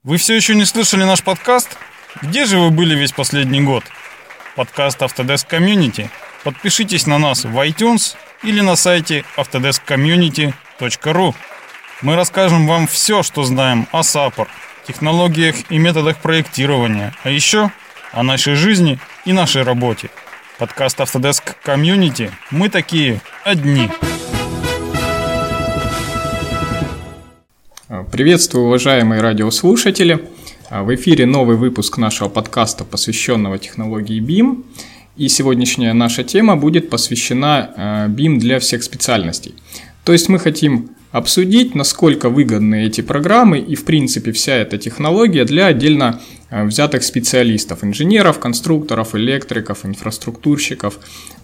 Вы все еще не слышали наш подкаст? Где же вы были весь последний год? Подкаст Autodesk Community. Подпишитесь на нас в iTunes или на сайте autodeskcommunity.ru. Мы расскажем вам все, что знаем о SAP, технологиях и методах проектирования, а еще о нашей жизни и нашей работе. Подкаст Autodesk Community. Мы такие одни. Приветствую, уважаемые радиослушатели. В эфире новый выпуск нашего подкаста, посвященного технологии BIM. И сегодняшняя наша тема будет посвящена BIM для всех специальностей. То есть мы хотим обсудить, насколько выгодны эти программы и, в принципе, вся эта технология для отдельно взятых специалистов, инженеров, конструкторов, электриков, инфраструктурщиков.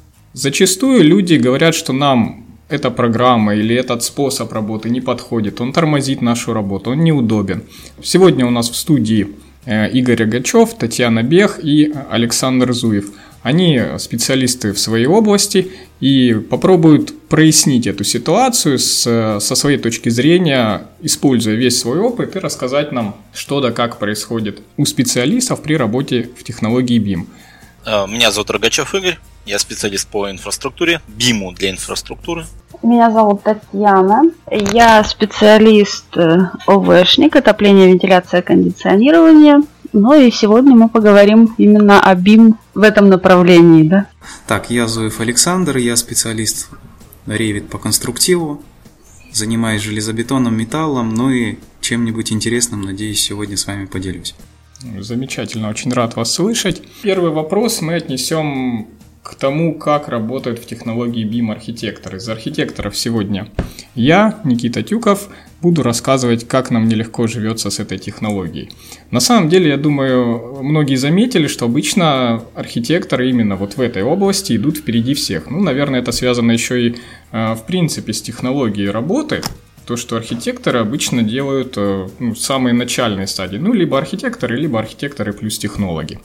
Зачастую люди говорят, что нам эта программа или этот способ работы не подходит, он тормозит нашу работу, он неудобен. Сегодня у нас в студии Игорь Рогачев, Татьяна Бех и Александр Зуев. Они специалисты в своей области и попробуют прояснить эту ситуацию со своей точки зрения, используя весь свой опыт, и рассказать нам, что да как происходит у специалистов при работе в технологии BIM. Меня зовут Рогачев Игорь, я специалист по инфраструктуре, BIM для инфраструктуры. Меня зовут Татьяна, я специалист ОВшник, отопление, вентиляция, кондиционирование. Ну и сегодня мы поговорим именно о BIM в этом направлении, да? Так, я Зуев Александр, я специалист Revit по конструктиву, занимаюсь железобетонным, металлом, ну и чем-нибудь интересным, надеюсь, сегодня с вами поделюсь. Замечательно, очень рад вас слышать. Первый вопрос мы отнесем к тому, как работают в технологии BIM архитекторы. Из архитекторов сегодня я, Никита Тюков, буду рассказывать, как нам нелегко живется с этой технологией. На самом деле, я думаю, многие заметили, что обычно архитекторы именно вот в этой области идут впереди всех. Ну, наверное, это связано еще и в принципе с технологией работы. То, что архитекторы обычно делают самые начальные стадии. Ну, либо архитекторы плюс технологи.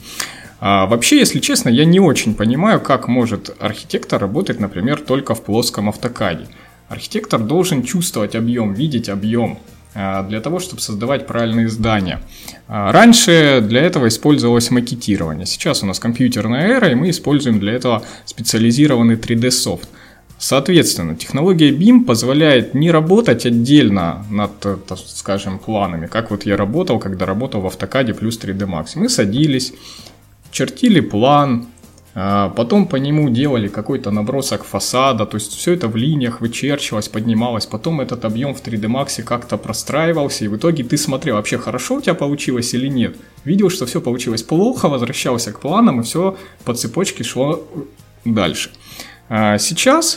А вообще, если честно, я не очень понимаю, как может архитектор работать, например, только в плоском автокаде. Архитектор должен чувствовать объем, видеть объем для того, чтобы создавать правильные здания. Раньше для этого использовалось макетирование. Сейчас у нас компьютерная эра, и мы используем для этого специализированный 3D-софт. Соответственно, технология BIM позволяет не работать отдельно над, скажем, планами, как вот я работал, когда работал в автокаде плюс 3D Max. Мы садились, чертили план, потом по нему делали какой-то набросок фасада, то есть все это в линиях вычерчивалось, поднималось, потом этот объем в 3D Max как-то простраивался, и в итоге ты смотрел, вообще хорошо у тебя получилось или нет. Видел, что все получилось плохо, возвращался к планам, и все по цепочке шло дальше. Сейчас,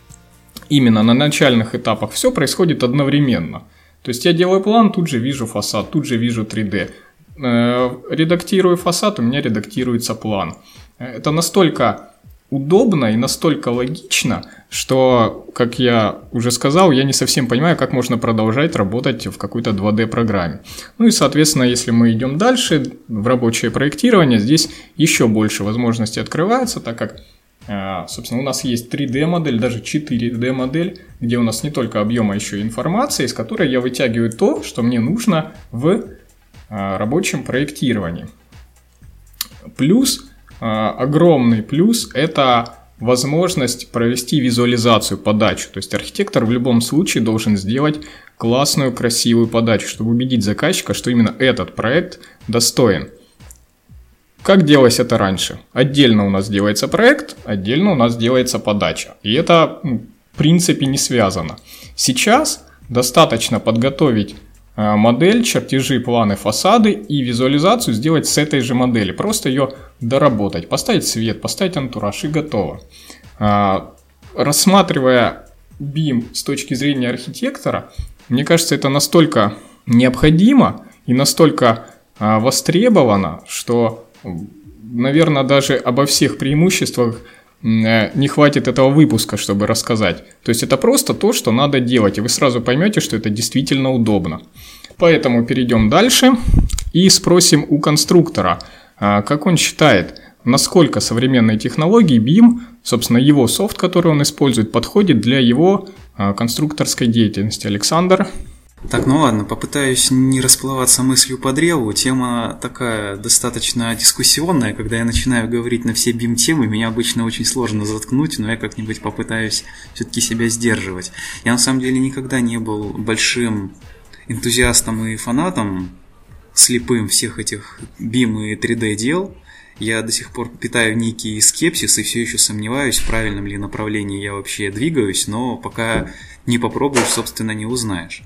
именно на начальных этапах, все происходит одновременно. То есть я делаю план, тут же вижу фасад, тут же вижу 3D. Редактирую фасад, у меня редактируется план. Это настолько удобно и настолько логично, что, как я уже сказал, я не совсем понимаю, как можно продолжать работать в какой-то 2D-программе. Ну и, соответственно, если мы идем дальше в рабочее проектирование, здесь еще больше возможностей открывается, так как, собственно, у нас есть 3D-модель, даже 4D-модель, где у нас не только объем, а еще и информация, из которой я вытягиваю то, что мне нужно в рабочем проектировании. Плюс, огромный плюс – это возможность провести визуализацию, подачу. То есть архитектор в любом случае должен сделать классную, красивую подачу, чтобы убедить заказчика, что именно этот проект достоин. Как делалось это раньше? Отдельно у нас делается проект, отдельно у нас делается подача. И это, в принципе, не связано. Сейчас достаточно подготовить модель, чертежи, планы, фасады и визуализацию сделать с этой же модели. Просто ее доработать, поставить свет, поставить антураж и готово. Рассматривая BIM с точки зрения архитектора, мне кажется, это настолько необходимо и настолько востребовано, что, наверное, даже обо всех преимуществах не хватит этого выпуска, чтобы рассказать. То есть это просто то, что надо делать, и вы сразу поймете, что это действительно удобно. Поэтому перейдем дальше и спросим у конструктора, как он считает, насколько современные технологии BIM, собственно, его софт, который он использует, подходит для его конструкторской деятельности. Александр? Так, ну ладно, попытаюсь не расплываться мыслью по древу. Тема такая достаточно дискуссионная. Когда я начинаю говорить на все BIM-темы, меня обычно очень сложно заткнуть, но я как-нибудь попытаюсь все-таки себя сдерживать. Я на самом деле никогда не был большим энтузиастом и фанатом, слепым всех этих BIM и 3D дел. Я до сих пор питаю некий скепсис и все еще сомневаюсь, в правильном ли направлении я вообще двигаюсь, но пока не попробуешь, собственно, не узнаешь.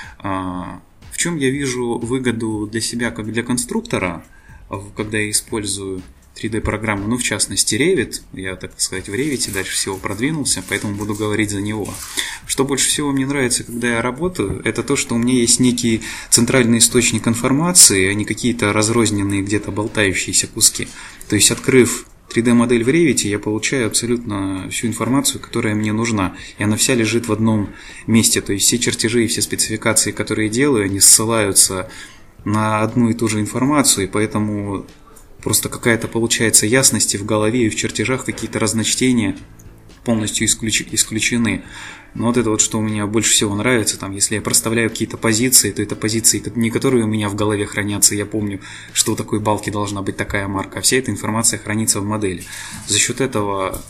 В чем я вижу выгоду для себя как для конструктора, когда я использую 3D-программу, ну, в частности, Revit. Я, так сказать, в Revit дальше всего продвинулся, поэтому буду говорить за него. Что больше всего мне нравится, когда я работаю, это то, что у меня есть некий центральный источник информации, а не какие-то разрозненные где-то болтающиеся куски. То есть, открыв 3D-модель в Revit, я получаю абсолютно всю информацию, которая мне нужна. И она вся лежит в одном месте. То есть все чертежи и все спецификации, которые я делаю, они ссылаются на одну и ту же информацию, и поэтому просто какая-то получается ясность и в голове, и в чертежах какие-то разночтения полностью исключены. Но вот это вот, что у меня больше всего нравится, там, если я проставляю какие-то позиции, то это позиции, не которые у меня в голове хранятся, я помню, что у такой балки должна быть такая марка, а вся эта информация хранится в модели. За счет этого,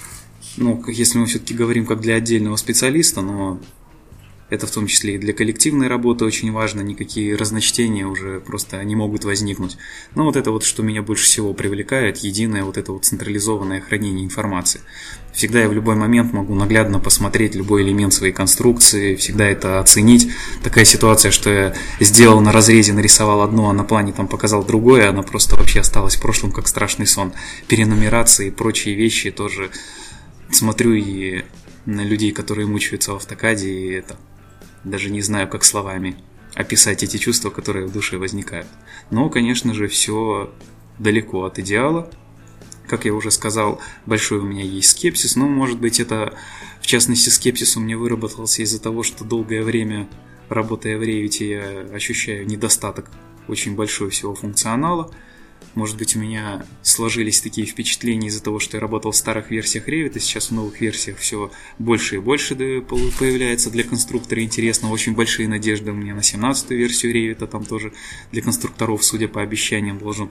ну, если мы все-таки говорим как для отдельного специалиста, но это в том числе и для коллективной работы очень важно, никакие разночтения уже просто не могут возникнуть. Но вот это вот, что меня больше всего привлекает, единое вот это вот централизованное хранение информации. Всегда я в любой момент могу наглядно посмотреть любой элемент своей конструкции, всегда это оценить. Такая ситуация, что я сделал на разрезе, нарисовал одно, а на плане там показал другое, она просто вообще осталась в прошлом, как страшный сон. Перенумерации и прочие вещи тоже смотрю и на людей, которые мучаются в автокаде, и это даже не знаю, как словами описать эти чувства, которые в душе возникают. Но, конечно же, все далеко от идеала. Как я уже сказал, большой у меня есть скепсис, но, может быть, это, в частности, скепсис у меня выработался из-за того, что долгое время, работая в Revit, я ощущаю недостаток очень большой всего функционала. Может быть, у меня сложились такие впечатления из-за того, что я работал в старых версиях Revit, и сейчас в новых версиях все больше и больше появляется для конструктора интересно. Очень большие надежды у меня на 17-ю версию Revit, там тоже для конструкторов, судя по обещаниям, должно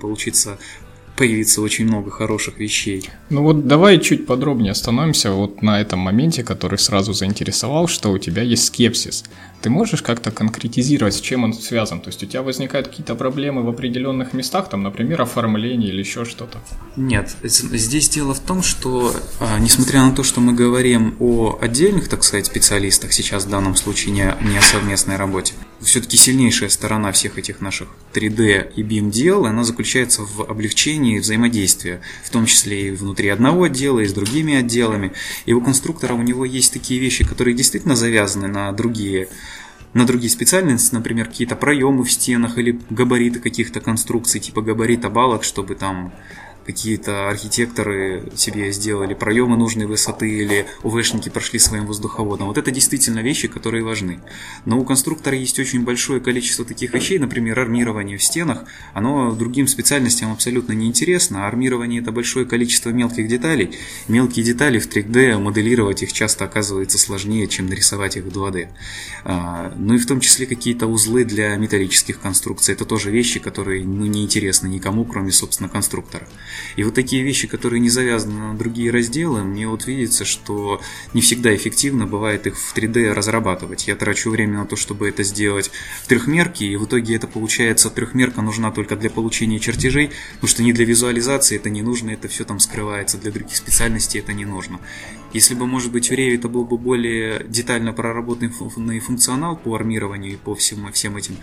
появиться очень много хороших вещей. Ну вот давай чуть подробнее остановимся вот на этом моменте, который сразу заинтересовал, что у тебя есть скепсис. Ты можешь как-то конкретизировать, с чем он связан? То есть у тебя возникают какие-то проблемы в определенных местах, там, например, оформление или еще что-то? Нет, здесь дело в том, что, несмотря на то, что мы говорим о отдельных, так сказать, специалистах, сейчас в данном случае не о совместной работе, все-таки сильнейшая сторона всех этих наших 3D и BIM дел, она заключается в облегчении взаимодействия, в том числе и внутри одного отдела, и с другими отделами. И у конструктора у него есть такие вещи, которые действительно завязаны на другие специальности, например, какие-то проемы в стенах или габариты каких-то конструкций, типа габарита балок, чтобы там какие-то архитекторы себе сделали проемы нужной высоты или УВшники прошли своим воздуховодом. Вот это действительно вещи, которые важны. Но у конструктора есть очень большое количество таких вещей, например, армирование в стенах, оно другим специальностям абсолютно не интересно, а армирование – это большое количество мелких деталей. Мелкие детали в 3D, моделировать их часто оказывается сложнее, чем нарисовать их в 2D. Ну и в том числе какие-то узлы для металлических конструкций. Это тоже вещи, которые не интересны никому, кроме, собственно, конструктора. И вот такие вещи, которые не завязаны на другие разделы, мне вот видится, что не всегда эффективно бывает их в 3D разрабатывать. Я трачу время на то, чтобы это сделать в трехмерке, и в итоге это получается, трехмерка нужна только для получения чертежей, потому что не для визуализации это не нужно, это все там скрывается, для других специальностей это не нужно. Если бы, может быть, у Revit был бы более детально проработанный функционал по армированию и по всем этим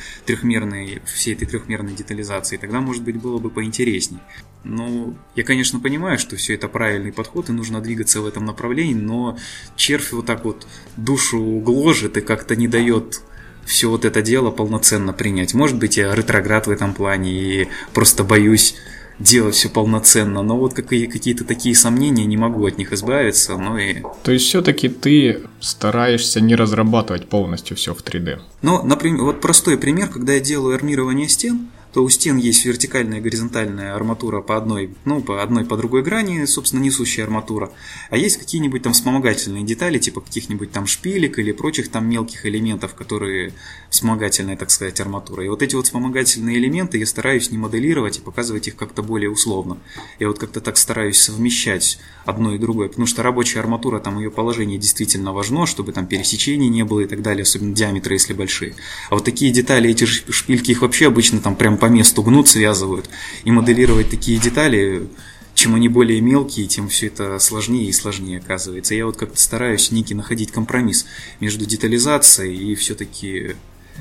всей этой трехмерной детализации, тогда, может быть, было бы поинтересней. Ну, я, конечно, понимаю, что все это правильный подход и нужно двигаться в этом направлении, но червь вот так вот душу гложет и как-то не дает все вот это дело полноценно принять. Может быть, я ретроград в этом плане и просто боюсь делать все полноценно, но вот какие-то такие сомнения, не могу от них избавиться, но и... То есть все-таки ты стараешься не разрабатывать полностью все в 3D? Ну, например, вот простой пример, когда я делаю армирование стен, то у стен есть вертикальная и горизонтальная арматура по одной, по другой грани, собственно, несущая арматура. А есть какие-нибудь там вспомогательные детали, типа каких-нибудь там шпилек или прочих там мелких элементов, которые вспомогательная, так сказать, арматура. И вот эти вот вспомогательные элементы я стараюсь не моделировать и показывать их как-то более условно. Я вот как-то так стараюсь совмещать одно и другое, потому что рабочая арматура, там ее положение действительно важно, чтобы там пересечений не было и так далее, особенно диаметры, если большие. А вот такие детали, эти шпильки, их вообще обычно там прям по месту гнут, связывают. И моделировать такие детали, чем они более мелкие, тем все это сложнее и сложнее оказывается. Я вот как-то стараюсь некий находить компромисс между детализацией и все-таки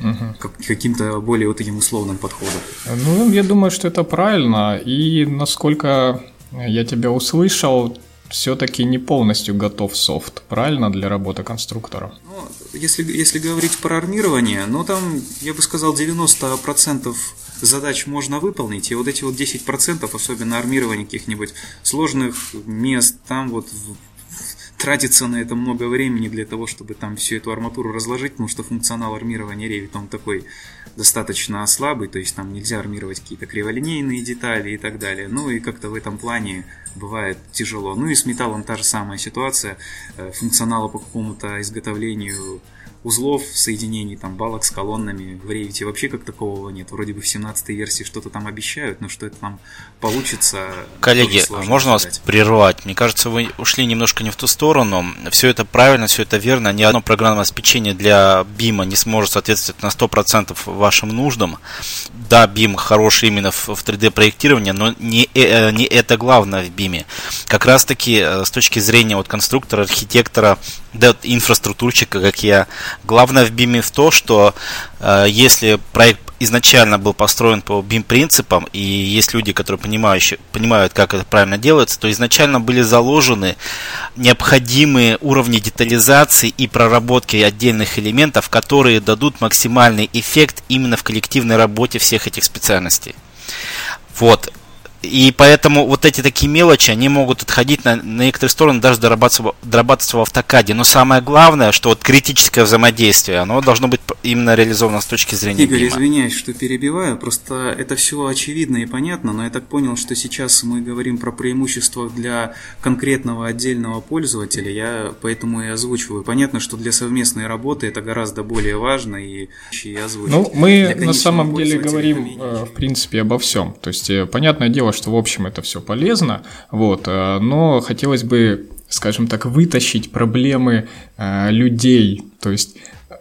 каким-то более вот таким условным подходом. Ну, я думаю, что это правильно. И насколько я тебя услышал, все-таки не полностью готов софт, правильно, для работы конструктора? Ну, если говорить про армирование, там, я бы сказал, 90% задач можно выполнить, и вот эти вот 10%, особенно армирование каких-нибудь сложных мест, там вот тратится на это много времени для того, чтобы там всю эту арматуру разложить, потому что функционал армирования Revit, он такой достаточно слабый, то есть там нельзя армировать какие-то криволинейные детали и так далее. Ну и как-то в этом плане бывает тяжело. Ну и с металлом та же самая ситуация, функционала по какому-то изготовлению узлов, соединений, там, балок с колоннами в Revit вообще как такового нет. Вроде бы в 17-й версии что-то там обещают, но что это там получится... Коллеги, можно вас прервать? Мне кажется, вы ушли немножко не в ту сторону. Все это правильно, все это верно. Ни одно программное обеспечение для BIM не сможет соответствовать на 100% вашим нуждам. Да, BIM хороший именно в 3D-проектировании, но не это главное в BIM. Как раз таки с точки зрения вот конструктора, архитектора, да, инфраструктурщика, как я, главное в BIM в то, что если проект изначально был построен по BIM-принципам, и есть люди, которые понимают, как это правильно делается, то изначально были заложены необходимые уровни детализации и проработки отдельных элементов, которые дадут максимальный эффект именно в коллективной работе всех этих специальностей. Вот. И поэтому вот эти такие мелочи, они могут отходить на некоторые стороны, даже дорабатываться в автокаде. Но самое главное, что вот критическое взаимодействие, оно должно быть именно реализовано с точки зрения Игорь, BIM. извиняюсь, что перебиваю, просто это все очевидно и понятно, но я так понял, что сейчас мы говорим про преимущества для конкретного отдельного пользователя, я поэтому и озвучиваю. Понятно, что для совместной работы это гораздо более важно и озвучить. Ну, мы на самом деле говорим, в принципе, обо всем. То есть, понятное дело, что в общем это все полезно, вот, но хотелось бы, скажем так, вытащить проблемы людей, то есть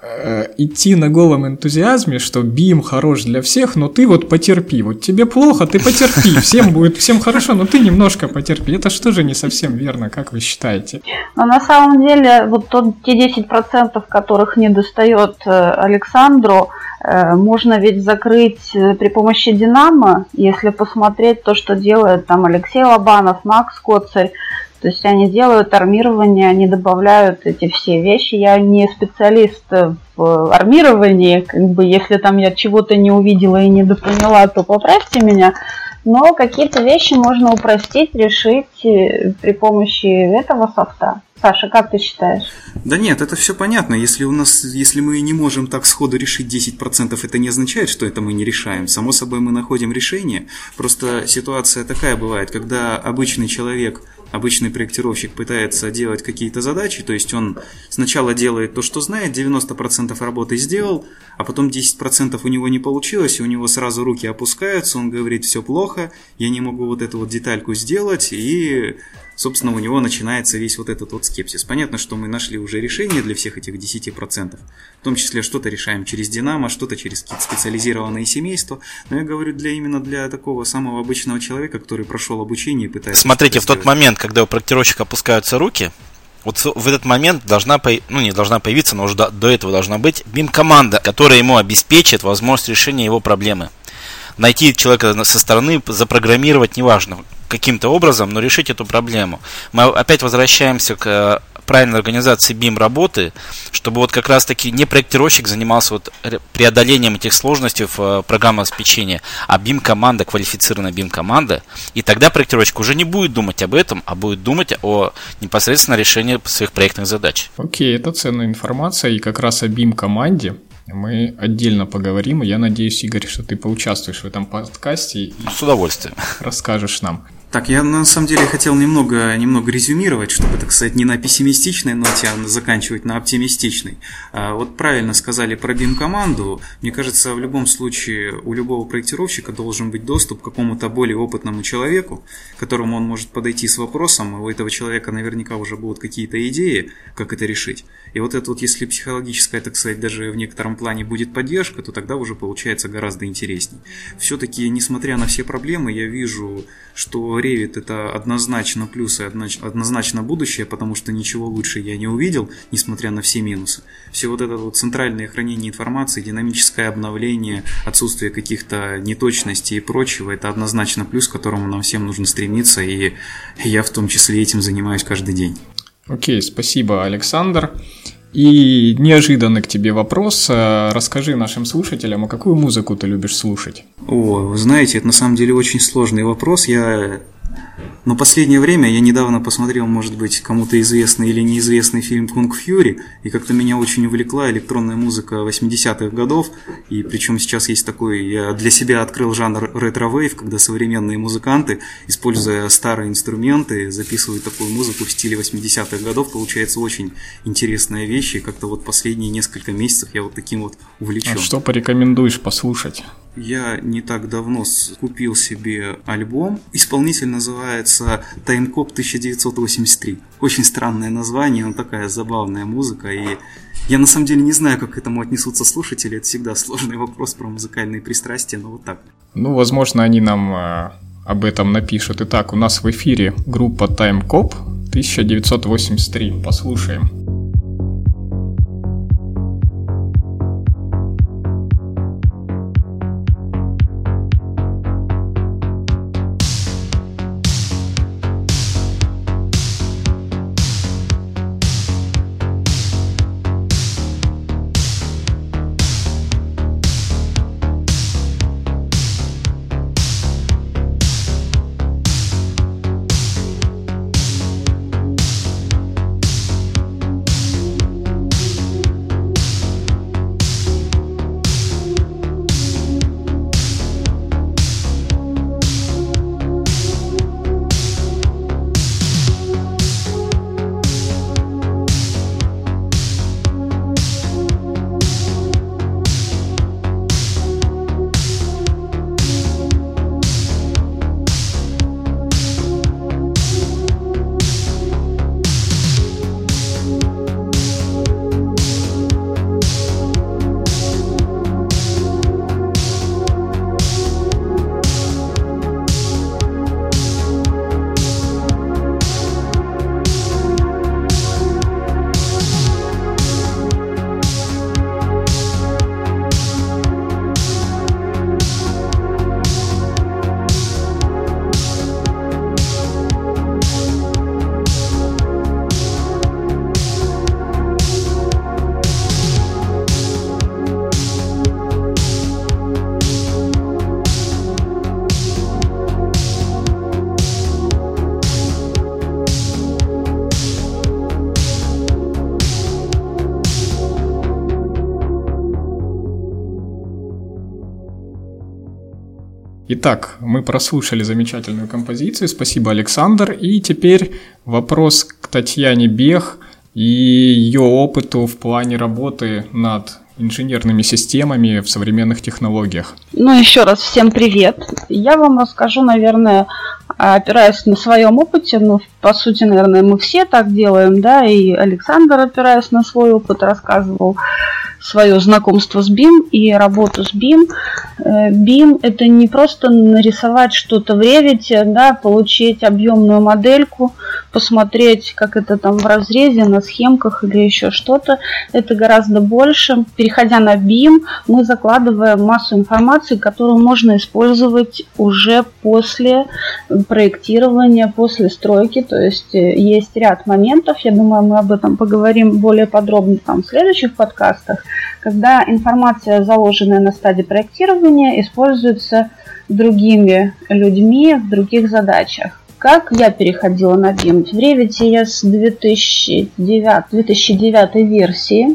идти на голом энтузиазме, что BIM хорош для всех, но ты вот потерпи, вот тебе плохо, ты потерпи, всем хорошо, но ты немножко потерпи. Это что же не совсем верно, как вы считаете? Но на самом деле вот те 10%, которых не достает Александру, можно ведь закрыть при помощи Динамо, если посмотреть то, что делает там Алексей Лобанов, Макс Коцарь. То есть они делают армирование, они добавляют эти все вещи. Я не специалист в армировании, если там я чего-то не увидела и не допоняла, то поправьте меня. Но какие-то вещи можно упростить, решить при помощи этого софта. Саша, как ты считаешь? Да нет, это все понятно. Если мы не можем так сходу решить 10%, это не означает, что это мы не решаем. Само собой мы находим решение. Просто ситуация такая бывает, когда обычный человек, обычный проектировщик пытается делать какие-то задачи, то есть он сначала делает то, что знает, 90% работы сделал, а потом 10% у него не получилось, и у него сразу руки опускаются, он говорит, все плохо, я не могу вот эту вот детальку сделать, и, собственно, у него начинается весь вот этот вот скепсис. Понятно, что мы нашли уже решение для всех этих 10%, в том числе что-то решаем через Динамо, что-то через какие-то специализированные семейства, но я говорю именно для такого самого обычного человека, который прошел обучение и пытается... Смотрите, в тот момент, когда у проектировщика опускаются руки, вот в этот момент не должна появиться, но уже до этого должна быть BIM-команда, которая ему обеспечит возможность решения его проблемы. Найти человека со стороны, запрограммировать, неважно, каким-то образом, но решить эту проблему. Мы опять возвращаемся к правильной организации BIM-работы, чтобы вот как раз-таки не проектировщик занимался вот преодолением этих сложностей в программном обеспечении, а BIM-команда, квалифицированная BIM-команда, и тогда проектировщик уже не будет думать об этом, а будет думать о непосредственно решении своих проектных задач. Окей, это ценная информация, и как раз о BIM-команде мы отдельно поговорим. И я надеюсь, Игорь, что ты поучаствуешь в этом подкасте и с удовольствием расскажешь нам. Так, я на самом деле хотел немного резюмировать, чтобы, так сказать, не на пессимистичной ноте, а заканчивать на оптимистичной. Вот правильно сказали про BIM-команду. Мне кажется, в любом случае у любого проектировщика должен быть доступ к какому-то более опытному человеку, к которому он может подойти с вопросом. У этого человека наверняка уже будут какие-то идеи, как это решить. И вот это вот, если психологическая, так сказать, даже в некотором плане будет поддержка, то тогда уже получается гораздо интересней. Все-таки, несмотря на все проблемы, я вижу, что Revit это однозначно плюс и однозначно будущее, потому что ничего лучше я не увидел, несмотря на все минусы. Все вот это вот центральное хранение информации, динамическое обновление, отсутствие каких-то неточностей и прочего, это однозначно плюс, к которому нам всем нужно стремиться, и я в том числе этим занимаюсь каждый день. Окей, спасибо, Александр. И неожиданный к тебе вопрос. Расскажи нашим слушателям, а какую музыку ты любишь слушать? Вы знаете, это на самом деле очень сложный вопрос. Но последнее время я недавно посмотрел, может быть, кому-то известный или неизвестный фильм «Кунг Фьюри», и как-то меня очень увлекла электронная музыка 80-х годов, и причем сейчас есть такой, я для себя открыл жанр ретро-вейв, когда современные музыканты, используя старые инструменты, записывают такую музыку в стиле 80-х годов, получается очень интересная вещь, и как-то вот последние несколько месяцев я вот таким вот увлечен. А что порекомендуешь послушать? Я не так давно купил себе альбом. Исполнитель называется Timecop 1983. Очень странное название, но такая забавная музыка. И я на самом деле не знаю, как к этому отнесутся слушатели. Это всегда сложный вопрос про музыкальные пристрастия, но вот так. Возможно, они нам об этом напишут. Итак, у нас в эфире группа Timecop 1983. Послушаем. Итак, мы прослушали замечательную композицию. Спасибо, Александр. И теперь вопрос к Татьяне Бех и ее опыту в плане работы над инженерными системами в современных технологиях. Еще раз всем привет. Я вам расскажу, наверное, опираясь на своем опыте. По сути, наверное, мы все так делаем, да, и Александр, опираясь на свой опыт, рассказывал свое знакомство с BIM и работу с BIM. BIM – это не просто нарисовать что-то в Revit, да, получить объемную модельку, посмотреть, как это там в разрезе, на схемках или еще что-то. Это гораздо больше. Переходя на BIM, мы закладываем массу информации, которую можно использовать уже после проектирования, после стройки. То есть есть ряд моментов, я думаю, мы об этом поговорим более подробно в следующих подкастах, когда информация, заложенная на стадии проектирования, используется другими людьми в других задачах. Как я переходила на BIM? В Revit я с 2009 версии, с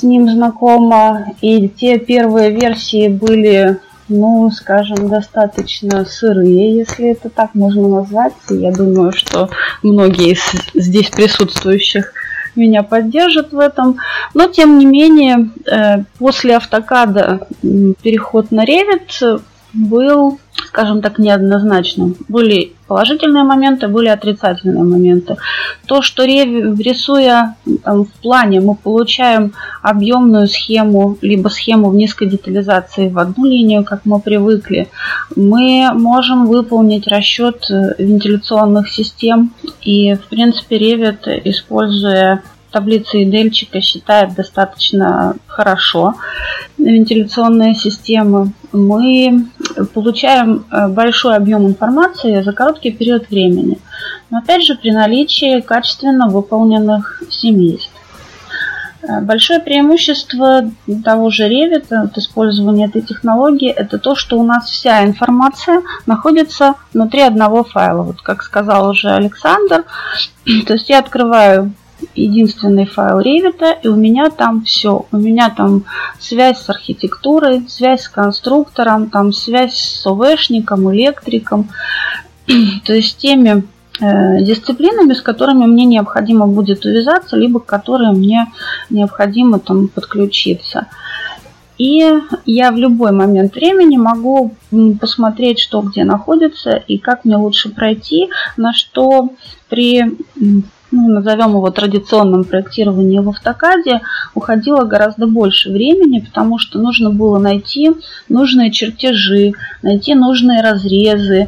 с ним знакома, и те первые версии были, скажем, достаточно сырые, если это так можно назвать. И я думаю, что многие из здесь присутствующих меня поддержат в этом. Но, тем не менее, после автокада переход на Revit был, скажем так, неоднозначным. Были положительные моменты, были отрицательные моменты. То, что рисуя в плане, мы получаем объемную схему, либо схему в низкой детализации в одну линию, как мы привыкли, мы можем выполнить расчет вентиляционных систем. И, в принципе, Revit, используя таблицы Идельчика, считает достаточно хорошо вентиляционные системы. Мы получаем большой объем информации за короткий период времени. Но опять же при наличии качественно выполненных семейств. Большое преимущество того же Revit от использования этой технологии — это то, что у нас вся информация находится внутри одного файла. Вот как сказал уже Александр, то есть я открываю единственный файл Revit, и у меня там все. У меня там связь с архитектурой, связь с конструктором, там связь с ОВшником, электриком, то есть теми дисциплинами, с которыми мне необходимо будет увязаться, либо к которым мне необходимо там подключиться. И я в любой момент времени могу посмотреть, что где находится и как мне лучше пройти, на что при назовем его традиционном проектировании в автокаде, уходило гораздо больше времени, потому что нужно было найти нужные чертежи, найти нужные разрезы,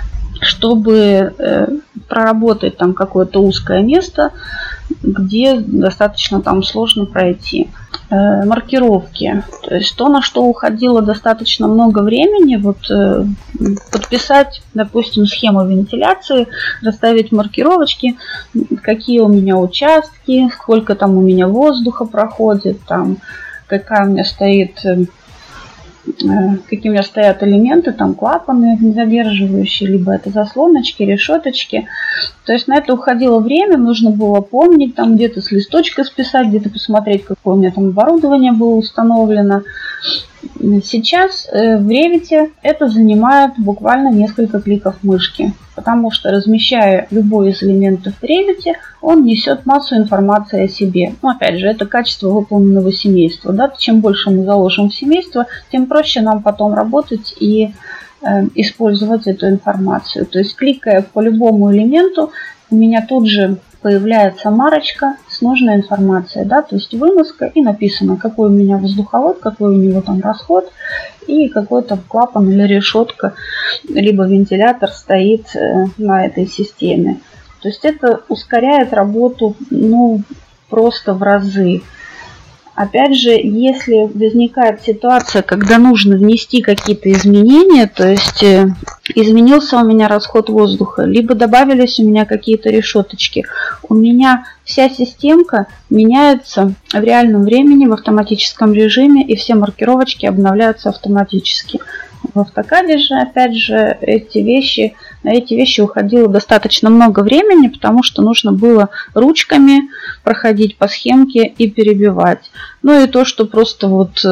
чтобы проработать там какое-то узкое место, где достаточно там сложно пройти. Маркировки, то есть то, на что уходило достаточно много времени, вот подписать, допустим, схему вентиляции, расставить маркировочки, какие у меня участки, сколько там у меня воздуха проходит, там какая у меня стоит, какие у меня стоят элементы, там клапаны задерживающие, либо это заслоночки, решеточки. То есть на это уходило время, нужно было помнить, там где-то с листочка списать, где-то посмотреть, какое у меня там оборудование было установлено. Сейчас в Revit это занимает буквально несколько кликов мышки, потому что, размещая любой из элементов в Revit, он несет массу информации о себе. Опять же, это качество выполненного семейства. Да? Чем больше мы заложим в семейство, тем проще нам потом работать и использовать эту информацию. То есть, кликая по любому элементу, у меня тут же появляется марочка с нужной информацией, да, то есть выноска, и написано, какой у меня воздуховод, какой у него там расход, и какой там клапан или решетка, либо вентилятор стоит на этой системе. То есть это ускоряет работу, просто в разы. Опять же, если возникает ситуация, когда нужно внести какие-то изменения, то есть изменился у меня расход воздуха, либо добавились у меня какие-то решеточки, у меня вся системка меняется в реальном времени, в автоматическом режиме, и все маркировочки обновляются автоматически. В автокаде же, опять же, на эти вещи уходило достаточно много времени, потому что нужно было ручками проходить по схемке и перебивать. И то, что просто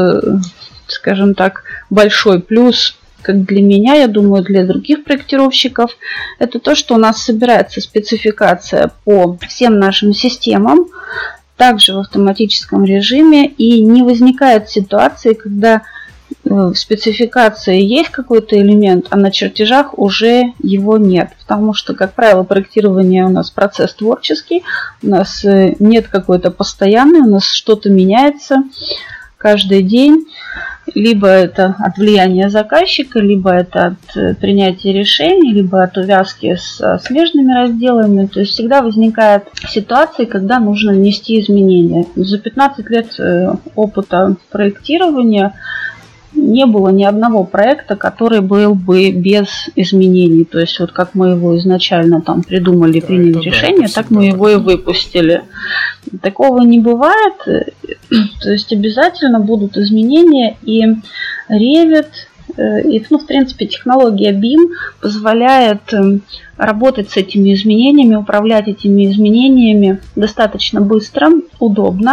скажем так, большой плюс, как для меня, я думаю, для других проектировщиков, это то, что у нас собирается спецификация по всем нашим системам, также в автоматическом режиме, и не возникает ситуации, когда в спецификации есть какой-то элемент, а на чертежах уже его нет. Потому что, как правило, проектирование у нас процесс творческий, у нас нет какой-то постоянной, у нас что-то меняется каждый день. Либо это от влияния заказчика, либо это от принятия решений, либо от увязки с смежными разделами. То есть всегда возникает ситуация, когда нужно внести изменения. За 15 лет опыта проектирования не было ни одного проекта, который был бы без изменений. То есть, как мы его изначально там придумали, приняли решение, так мы его и выпустили. Такого не бывает. То есть, обязательно будут изменения. И Revit, в принципе, технология BIM позволяет работать с этими изменениями, управлять этими изменениями достаточно быстро, удобно.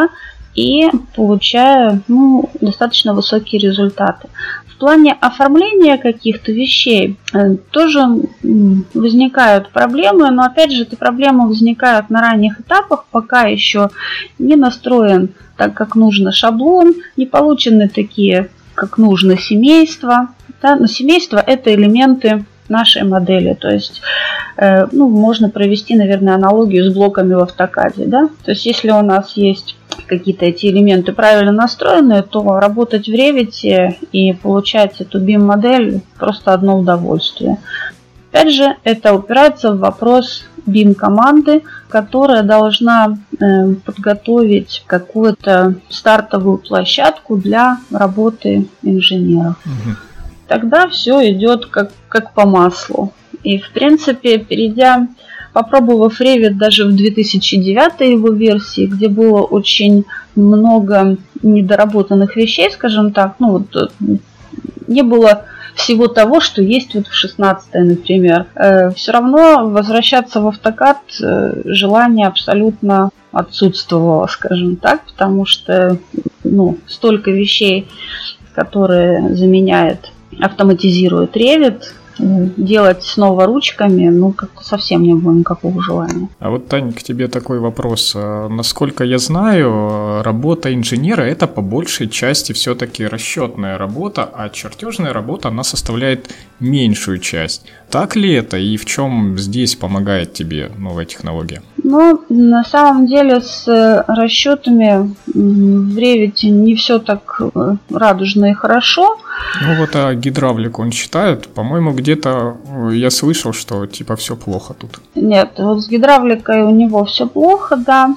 и получаю достаточно высокие результаты. В плане оформления каких-то вещей тоже возникают проблемы, но опять же эти проблемы возникают на ранних этапах, пока еще не настроен так, как нужно шаблон, не получены такие, как нужно, семейства. Да? Но семейства – это элементы нашей модели, то есть можно провести, наверное, аналогию с блоками в AutoCAD, да? То есть если у нас есть какие-то эти элементы правильно настроенные, то работать в Revit и получать эту BIM-модель просто одно удовольствие. Опять же, это упирается в вопрос BIM-команды, которая должна подготовить какую-то стартовую площадку для работы инженеров. Тогда все идет как по маслу. И, в принципе, попробовав Revit даже в 2009 его версии, где было очень много недоработанных вещей, скажем так, не было всего того, что есть вот в 16-й, например. Все равно возвращаться в AutoCAD желание абсолютно отсутствовало, скажем так, потому что столько вещей, которые автоматизирует Revit, делать снова ручками, как-то совсем не было никакого желания. А вот, Тань, к тебе такой вопрос. Насколько я знаю, работа инженера – это по большей части все-таки расчетная работа, а чертежная работа, она составляет меньшую часть. Так ли это и в чем здесь помогает тебе новая технология? На самом деле с расчетами в Revit не все так радужно и хорошо. А гидравлику он считает, по-моему, где-то я слышал, что типа все плохо тут. Нет, вот с гидравликой у него все плохо, да.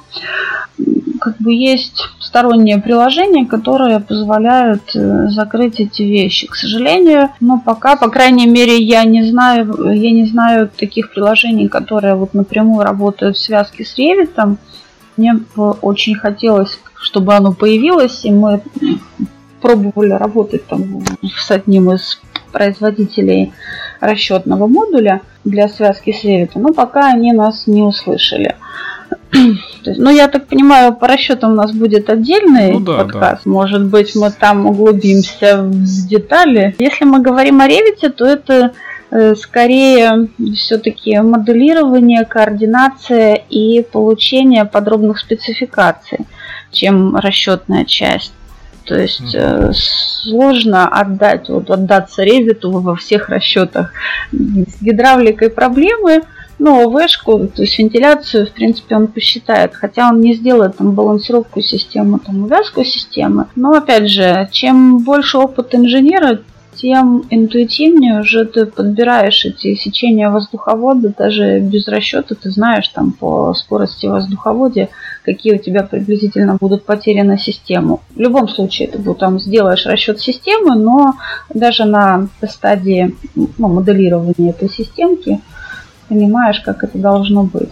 Есть сторонние приложения, которые позволяют закрыть эти вещи. К сожалению, пока, по крайней мере, я не знаю таких приложений, которые напрямую работают в связке с Revit. Мне бы очень хотелось, чтобы оно появилось, и мы пробовали работать с одним из производителей расчетного модуля для связки с Revit, но пока они нас не услышали. То есть, я так понимаю, по расчетам у нас будет отдельный подкаст. Да. Может быть, мы там углубимся в детали. Если мы говорим о Revit, то это скорее все-таки моделирование, координация и получение подробных спецификаций, чем расчетная часть. То есть сложно отдаться Revit во всех расчетах. С гидравликой проблемы, ОВшку, то есть вентиляцию, в принципе, он посчитает, хотя он не сделает балансировку системы, увязку системы. Но, опять же, чем больше опыт инженера, тем интуитивнее уже ты подбираешь эти сечения воздуховода, даже без расчета ты знаешь по скорости воздуховода, какие у тебя приблизительно будут потери на систему. В любом случае ты сделаешь расчет системы, но даже на стадии моделирования этой системки понимаешь, как это должно быть.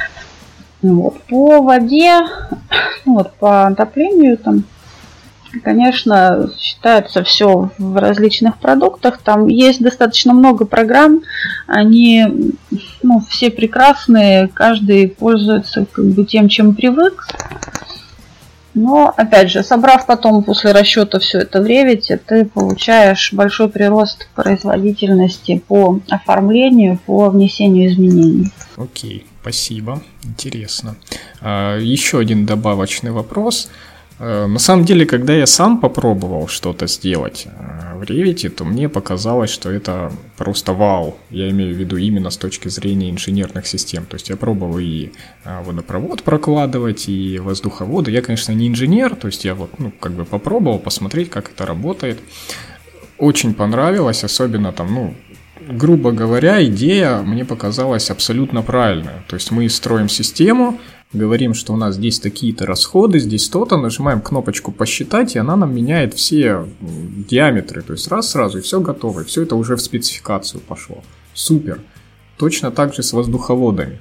По воде, по отоплению конечно, считается все в различных продуктах. Там есть достаточно много программ. Они все прекрасные. Каждый пользуется тем, чем привык. Но, опять же, собрав потом после расчета все это в Revit, ты получаешь большой прирост производительности по оформлению, по внесению изменений. Окей, спасибо. Интересно. Еще один добавочный вопрос. На самом деле, когда я сам попробовал что-то сделать в Revit, то мне показалось, что это просто вау. Я имею в виду именно с точки зрения инженерных систем. То есть я пробовал и водопровод прокладывать, и воздуховоды. Я, конечно, не инженер, то есть я попробовал посмотреть, как это работает. Очень понравилось, особенно грубо говоря, идея мне показалась абсолютно правильная. То есть мы строим систему, говорим, что у нас здесь такие-то расходы, здесь то-то, нажимаем кнопочку «Посчитать», и она нам меняет все диаметры. То есть сразу, и все готово, и все это уже в спецификацию пошло. Супер. Точно так же с воздуховодами.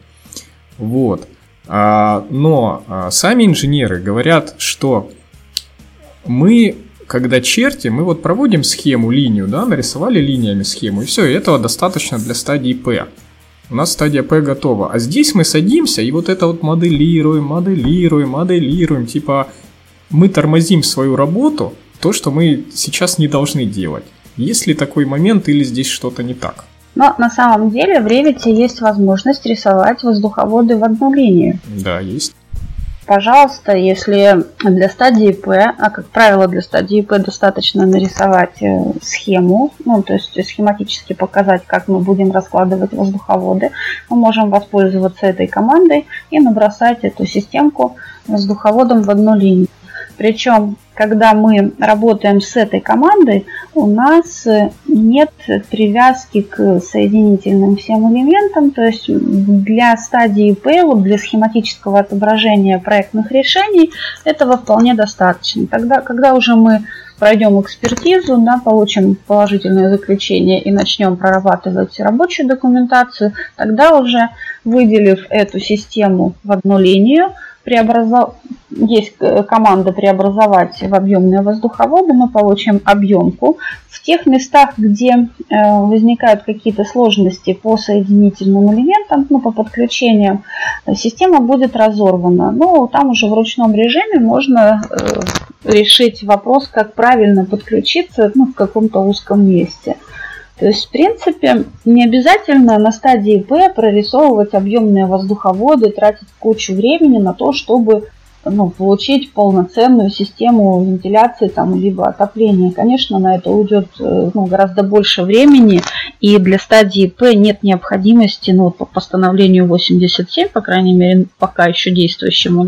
Но сами инженеры говорят, что мы, когда чертим, мы проводим схему, линию, нарисовали линиями схему, и все, и этого достаточно для стадии P. У нас стадия P готова. А здесь мы садимся и это моделируем, мы тормозим свою работу, то, что мы сейчас не должны делать. Есть ли такой момент или здесь что-то не так? Но на самом деле в Revit есть возможность рисовать воздуховоды в одну линию. Да, есть. Пожалуйста, если для стадии П, а как правило для стадии П достаточно нарисовать схему, то есть схематически показать, как мы будем раскладывать воздуховоды, мы можем воспользоваться этой командой и набросать эту системку воздуховодом в одну линию. Причем, когда мы работаем с этой командой, у нас нет привязки к соединительным всем элементам. То есть для стадии П, для схематического отображения проектных решений, этого вполне достаточно. Когда уже мы пройдем экспертизу, получим положительное заключение и начнем прорабатывать рабочую документацию, тогда уже, выделив эту систему в одну линию, есть команда преобразовать в объемные воздуховоды, мы получим объемку. В тех местах, где возникают какие-то сложности по соединительным элементам, по подключениям, система будет разорвана. Там уже в ручном режиме можно решить вопрос, как правильно подключиться в каком-то узком месте. То есть, в принципе, не обязательно на стадии П прорисовывать объемные воздуховоды, тратить кучу времени на то, чтобы получить полноценную систему вентиляции либо отопления. Конечно, на это уйдет гораздо больше времени, и для стадии П нет необходимости, по постановлению 87, по крайней мере, пока еще действующему,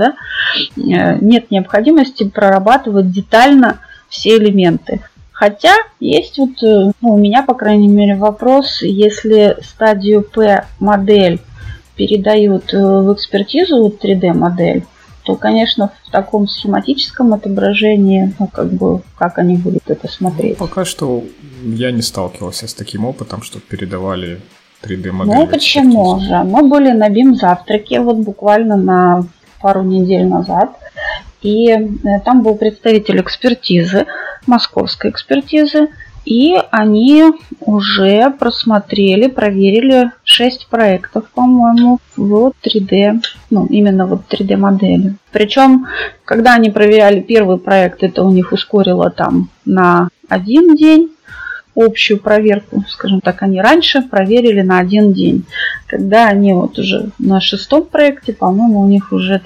нет необходимости прорабатывать детально все элементы. Хотя есть у меня, по крайней мере, вопрос, если стадию П модель передают в экспертизу 3D модель, то, конечно, в таком схематическом отображении, как они будут это смотреть? Пока что я не сталкивался с таким опытом, что передавали 3D модель. Почему же? Мы были на BIM-завтраке буквально на пару недель назад. И там был представитель экспертизы, московской экспертизы, и они уже просмотрели, проверили 6 проектов, по-моему, в 3D, именно 3D модели. Причем, когда они проверяли первый проект, это у них ускорило на 1 день. Общую проверку, скажем так, они раньше проверили на 1 день. Когда они уже на 6-м проекте, по-моему, у них уже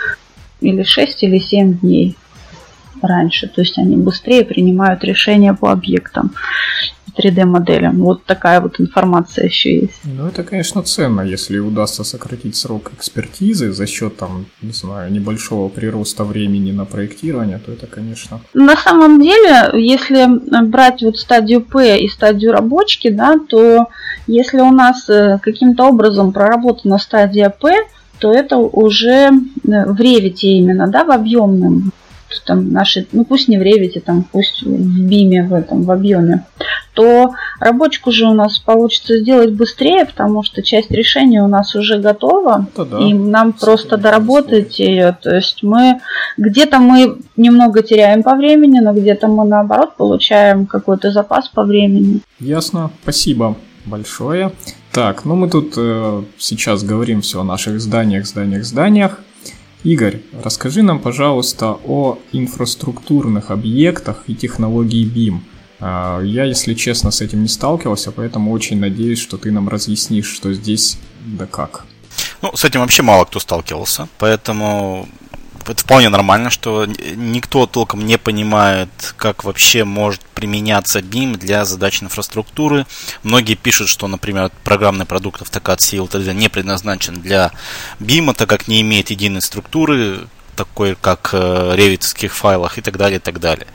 или 6, или 7 дней раньше. То есть они быстрее принимают решения по объектам 3D-моделям. Такая информация еще есть. Это, конечно, ценно, если удастся сократить срок экспертизы за счет, небольшого прироста времени на проектирование, то это, конечно... На самом деле, если брать стадию П и стадию рабочки, то если у нас каким-то образом проработана стадия П, то это уже в Revit именно, в объемном. Наши, пусть не в Revit, пусть в BIM в объеме, то рабочку же у нас получится сделать быстрее, потому что часть решения у нас уже готова, и нам просто доработать ее. То есть где-то мы немного теряем по времени, но где-то мы наоборот получаем какой-то запас по времени. Ясно, спасибо большое. Так, мы тут сейчас говорим все о наших зданиях. Игорь, расскажи нам, пожалуйста, о инфраструктурных объектах и технологии BIM. Я, если честно, с этим не сталкивался, поэтому очень надеюсь, что ты нам разъяснишь, что здесь да как. С этим вообще мало кто сталкивался, поэтому это вполне нормально, что никто толком не понимает, как вообще может применяться BIM для задач инфраструктуры. Многие пишут, что, например, программный продукт AutoCAD Civil 3D не предназначен для BIM, так как не имеет единой структуры, такой как в ревитовских файлах и так далее, и так далее.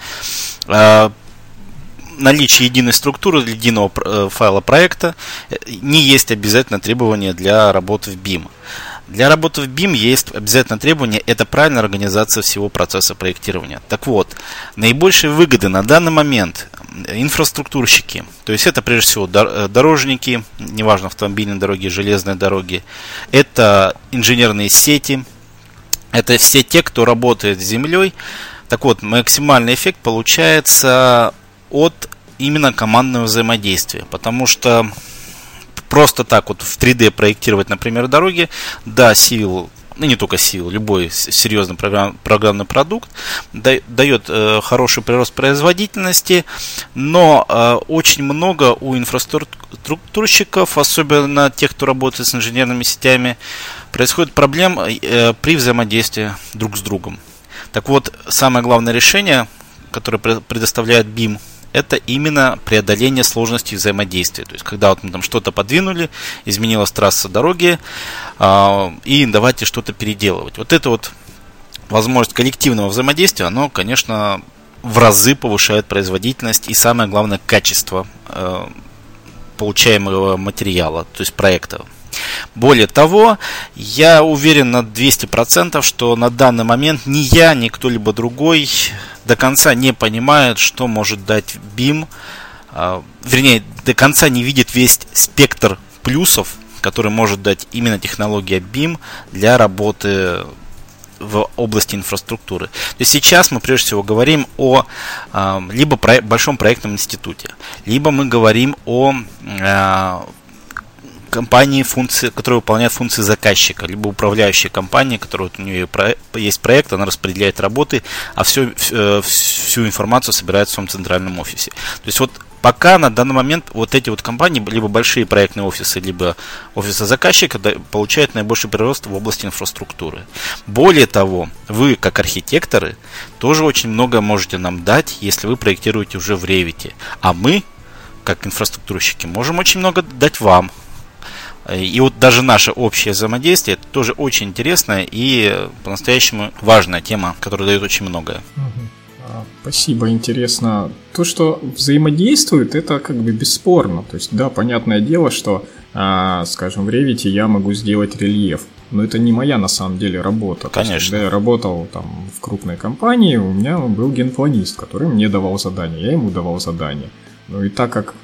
Наличие единой структуры, единого файла проекта не есть обязательно требование для работы в BIM. Для работы в BIM есть обязательное требование – это правильная организация всего процесса проектирования. Так вот, наибольшие выгоды на данный момент инфраструктурщики, то есть это прежде всего дорожники, неважно автомобильные дороги, железные дороги, это инженерные сети, это все те, кто работает с землей. Так вот, максимальный эффект получается от именно командного взаимодействия, потому что просто так в 3D проектировать, например, дороги, да, Civil ну не только SEO, любой серьезный программный продукт, дает хороший прирост производительности, но очень много у инфраструктурщиков, особенно тех, кто работает с инженерными сетями, происходит проблем при взаимодействии друг с другом. Так вот, самое главное решение, которое предоставляет BIM, это именно преодоление сложностей взаимодействия. То есть, когда вот мы там что-то подвинули, изменилась трасса дороги, и давайте что-то переделывать. Вот эта вот возможность коллективного взаимодействия, оно, конечно, в разы повышает производительность и, самое главное, качество получаемого материала, то есть проекта. Более того, я уверен на 200%, что на данный момент ни я, ни кто-либо другой до конца не понимает, что может дать BIM, вернее, до конца не видит весь спектр плюсов, который может дать именно технология BIM для работы в области инфраструктуры. То есть сейчас мы прежде всего говорим о либо большом проектном институте, либо мы говорим о компании, которая выполняет функции заказчика, либо управляющей компании, которая у нее есть проект, она распределяет работы, а всю информацию собирает в своем центральном офисе. То есть вот пока на данный момент вот эти вот компании, либо большие проектные офисы, либо офисы заказчика, получают наибольший прирост в области инфраструктуры. Более того, вы, как архитекторы, тоже очень много можете нам дать, если вы проектируете уже в Revit. А мы, как инфраструктурщики, можем очень много дать вам. И вот даже наше общее взаимодействие, это тоже очень интересная и по-настоящему важная тема, которая дает очень многое. Спасибо, интересно. То, что взаимодействует, это как бы бесспорно. То есть, да, понятное дело, что, скажем, в Revit я могу сделать рельеф. Но это не моя на самом деле работа. Конечно. То есть, когда я работал там в крупной компании, у меня был генпланист, который мне давал задания, я ему давал задания. Ну и так как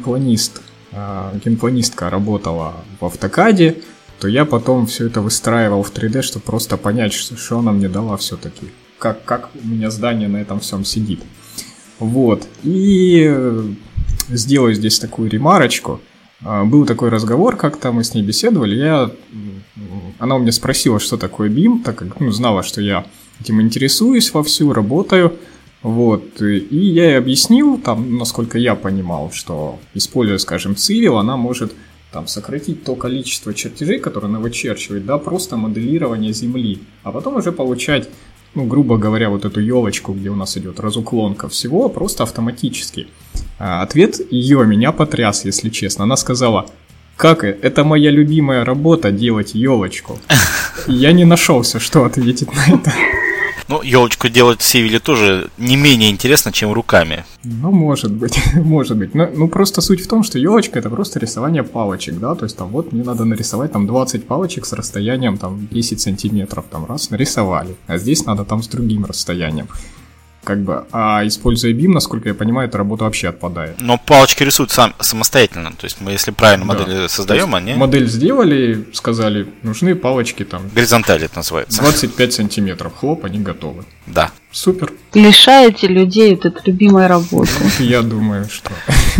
генпланистка работала в автокаде, то я потом все это выстраивал в 3D, чтобы просто понять, что она мне дала все-таки. Как у меня здание на этом всем сидит. Вот. И сделаю здесь такую ремарочку. Был такой разговор, как-то мы с ней беседовали. Она у меня спросила, что такое BIM, так как знала, что я этим интересуюсь вовсю, работаю. Вот, и я ей объяснил, там, насколько я понимал, что, используя, скажем, Civil, она может там сократить то количество чертежей, которые она вычерчивает, да, просто моделирование земли, а потом уже получать, грубо говоря, вот эту елочку, где у нас идет разуклонка всего, просто автоматически. Ответ ее меня потряс, если честно. Она сказала: как это моя любимая работа, делать елочку. И я не нашелся, что ответить на это. Ну, елочку делать в Civil тоже не менее интересно, чем руками. Ну, может быть, может быть. Ну, просто суть в том, что елочка — это просто рисование палочек, да, то есть там вот мне надо нарисовать там 20 палочек с расстоянием там 10 сантиметров, там раз, нарисовали, а здесь надо там с другим расстоянием. Как бы, а используя BIM, насколько я понимаю, эта работа вообще отпадает. Но палочки рисуют самостоятельно. То есть мы, если правильно модели создаем, они... Модель сделали, сказали, нужны палочки там... Горизонтали это называется. 25 сантиметров. Хлоп, они готовы. Да. Супер. Лишаете людей вот этой любимой работы. Я думаю, что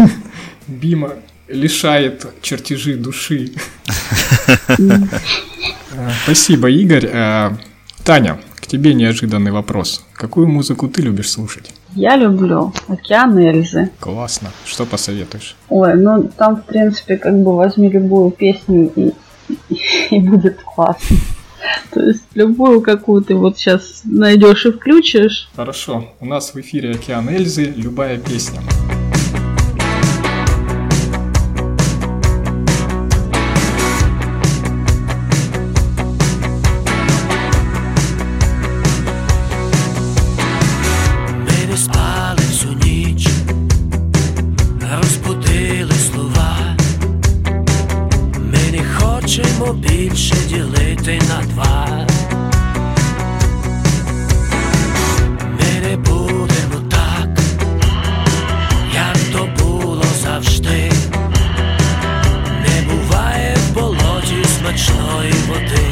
BIM лишает чертежи души. Спасибо, Игорь. Таня, к тебе неожиданный вопрос. Какую музыку ты любишь слушать? Я люблю «Океан Эльзы». Классно. Что посоветуешь? Ой, там, в принципе, как бы возьми любую песню и будет классно. То есть любую, какую ты вот сейчас найдешь и включишь. Хорошо. У нас в эфире «Океан Эльзы», любая песня. Більше ділити на два. Ми не будемо так, як то було завжди. Не буває в болоті смачної води.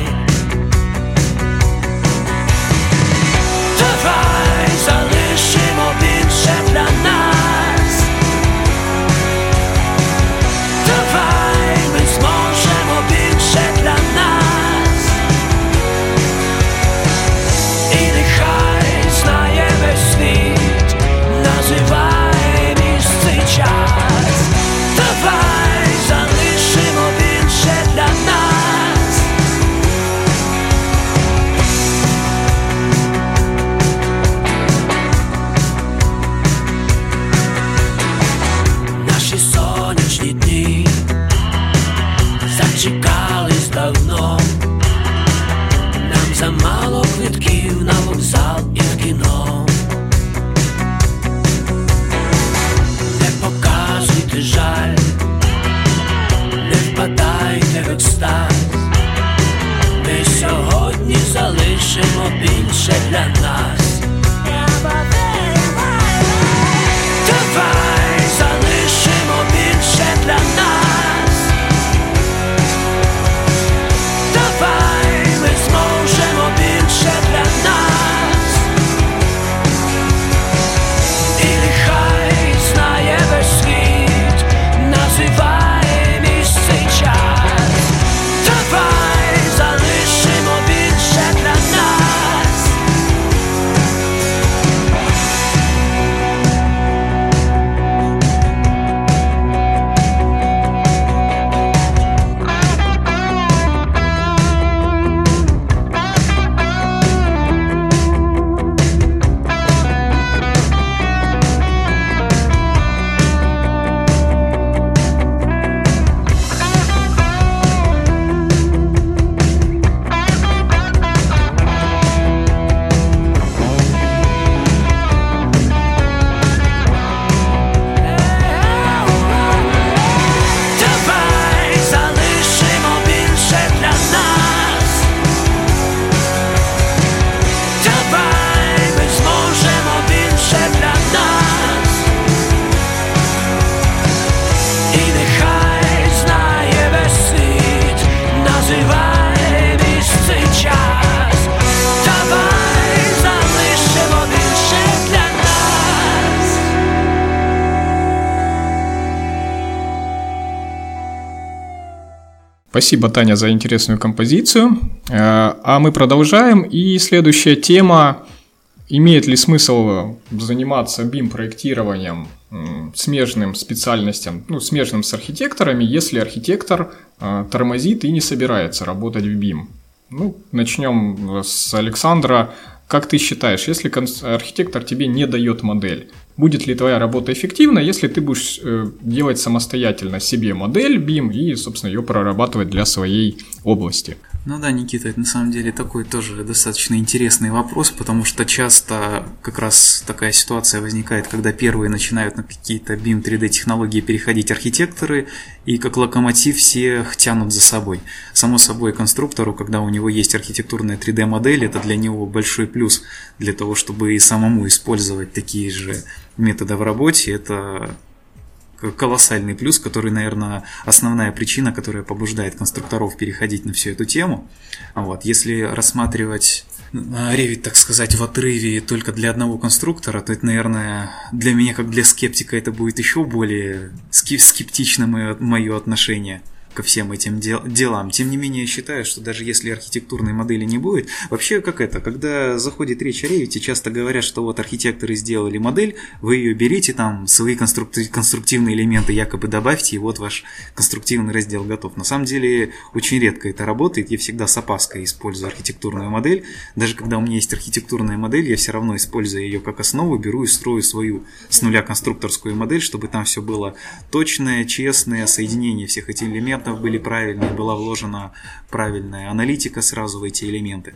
Давай залишимо більше для нас. Давай ми зможемо більше для нас. дочекались давно. Нам замало квитків на вокзал і в кіно. Не показуйте жаль, не впадайте в екстаз. Ми сьогодні залишимо більше для нас. Давай залишимо більше для нас. Давай ми зможемо більше для нас. І нехай знає весь світ, називає місце час. Давай залишимо більше для нас. Спасибо, Таня, за интересную композицию. А мы продолжаем. И следующая тема. Имеет ли смысл заниматься BIM-проектированием смежным специальностям, смежным с архитекторами, если архитектор тормозит и не собирается работать в BIM? Начнем с Александра. Как ты считаешь, если архитектор тебе не дает модель, будет ли твоя работа эффективна, если ты будешь делать самостоятельно себе модель BIM и, собственно, ее прорабатывать для своей области? Ну да, Никита, это на самом деле такой тоже достаточно интересный вопрос, потому что часто как раз такая ситуация возникает, когда первые начинают на какие-то BIM 3D технологии переходить архитекторы, и как локомотив всех тянут за собой. Само собой, конструктору, когда у него есть архитектурная 3D модель, это для него большой плюс для того, чтобы и самому использовать такие же методы в работе. Это колоссальный плюс, который, наверное, основная причина, которая побуждает конструкторов переходить на всю эту тему. Если рассматривать Revit, так сказать, в отрыве только для одного конструктора, то это, наверное, для меня, как для скептика, это будет еще более скептично мое отношение ко всем этим делам. Тем не менее, я считаю, что даже если архитектурной модели не будет, вообще когда заходит речь о Revit, часто говорят, что вот архитекторы сделали модель, вы ее берите, там свои конструктивные элементы якобы добавьте, и вот ваш конструктивный раздел готов. На самом деле, очень редко это работает, я всегда с опаской использую архитектурную модель. Даже когда у меня есть архитектурная модель, я все равно, используя ее как основу, беру и строю свою с нуля конструкторскую модель, чтобы там все было точное, честное, соединение всех этих элементов были правильные, была вложена правильная аналитика сразу в эти элементы.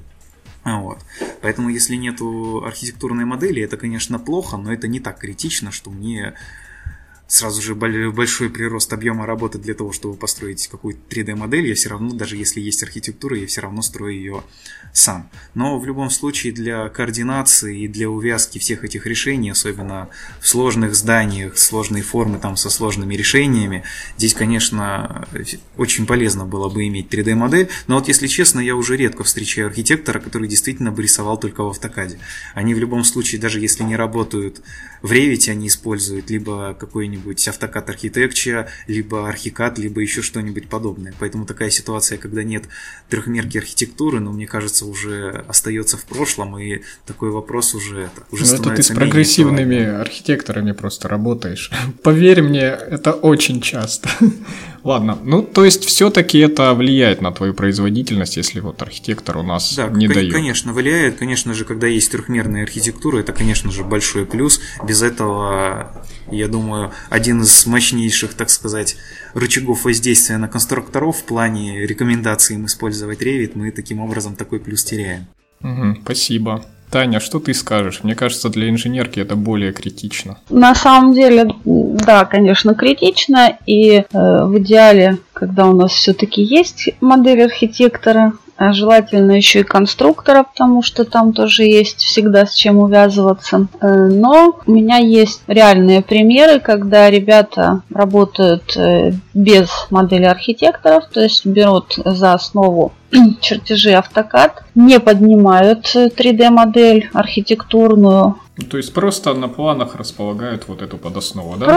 Поэтому, если нету архитектурной модели, это, конечно, плохо, но это не так критично, что мне сразу же большой прирост объема работы для того, чтобы построить какую-то 3D-модель. Я все равно, даже если есть архитектура, я все равно строю ее сам. Но в любом случае для координации и для увязки всех этих решений, особенно в сложных зданиях, сложные формы там со сложными решениями, здесь, конечно, очень полезно было бы иметь 3D-модель. Но вот, если честно, я уже редко встречаю архитектора, который действительно бы рисовал только в AutoCAD. Они в любом случае, даже если не работают в Revit, они используют либо какой-нибудь AutoCAD Architecture, либо ArchiCAD, либо еще что-нибудь подобное. Поэтому такая ситуация, когда нет трехмерки архитектуры, мне кажется, уже остается в прошлом, и такой вопрос уже становится это ты с прогрессивными архитекторами просто работаешь. Поверь мне, это очень часто. Ладно, ну то есть все-таки это влияет на твою производительность, если вот архитектор у нас не дает. Конечно, влияет. Конечно же, когда есть трехмерная архитектура, это, конечно же, большой плюс. Без этого, я думаю, один из мощнейших, так сказать, рычагов воздействия на конструкторов в плане рекомендаций им использовать Revit, мы таким образом такой плюс теряем. Спасибо. Таня, что ты скажешь? Мне кажется, для инженерки это более критично. На самом деле, да, конечно, критично. И в идеале, когда у нас все-таки есть модель архитектора, а желательно еще и конструктора, потому что там тоже есть всегда с чем увязываться. Но у меня есть реальные примеры, когда ребята работают без модели архитекторов, то есть берут за основу чертежи AutoCAD, не поднимают 3D-модель архитектурную. То есть просто на планах располагают вот эту подоснову, да?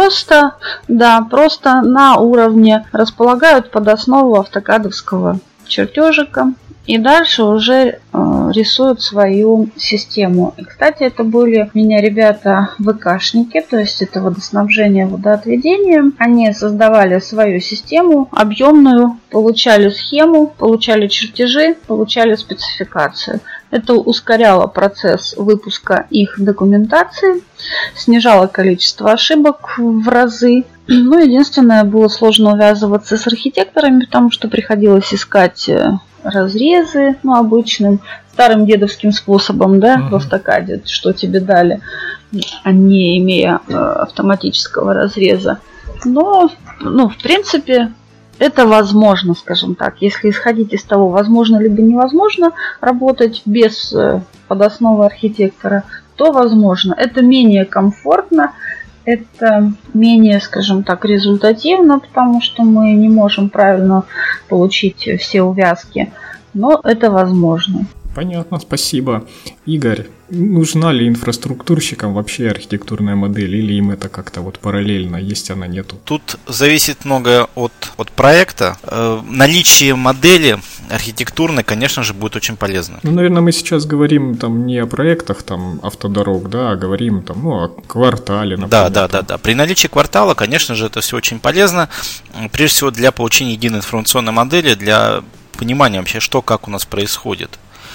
Просто на уровне располагают подоснову автокадовского чертежика. И дальше уже рисуют свою систему. И, кстати, это были у меня ребята ВКшники, то есть это водоснабжение, водоотведение. Они создавали свою систему объемную, получали схему, получали чертежи, получали спецификацию. Это ускоряло процесс выпуска их документации, снижало количество ошибок в разы. Ну, единственное, было сложно увязываться с архитекторами, потому что приходилось искать разрезы, обычным старым дедовским способом, да, в AutoCAD, что тебе дали, а не имея автоматического разреза. Но, в принципе, это возможно, скажем так. Если исходить из того, возможно либо невозможно работать без подосновы архитектора, то возможно. Это менее комфортно, это менее, скажем так, результативно, потому что мы не можем правильно получить все увязки, но это возможно. Понятно, спасибо. Игорь, нужна ли инфраструктурщикам вообще архитектурная модель, или им это как-то вот параллельно, есть она, нету? Тут зависит многое от проекта. Наличие модели архитектурной, конечно же, будет очень полезно. Наверное, мы сейчас говорим там не о проектах там автодорог, да, а говорим там, о квартале, например. Да. При наличии квартала, конечно же, это все очень полезно. Прежде всего для получения единой информационной модели, для понимания вообще, что, как у нас происходит.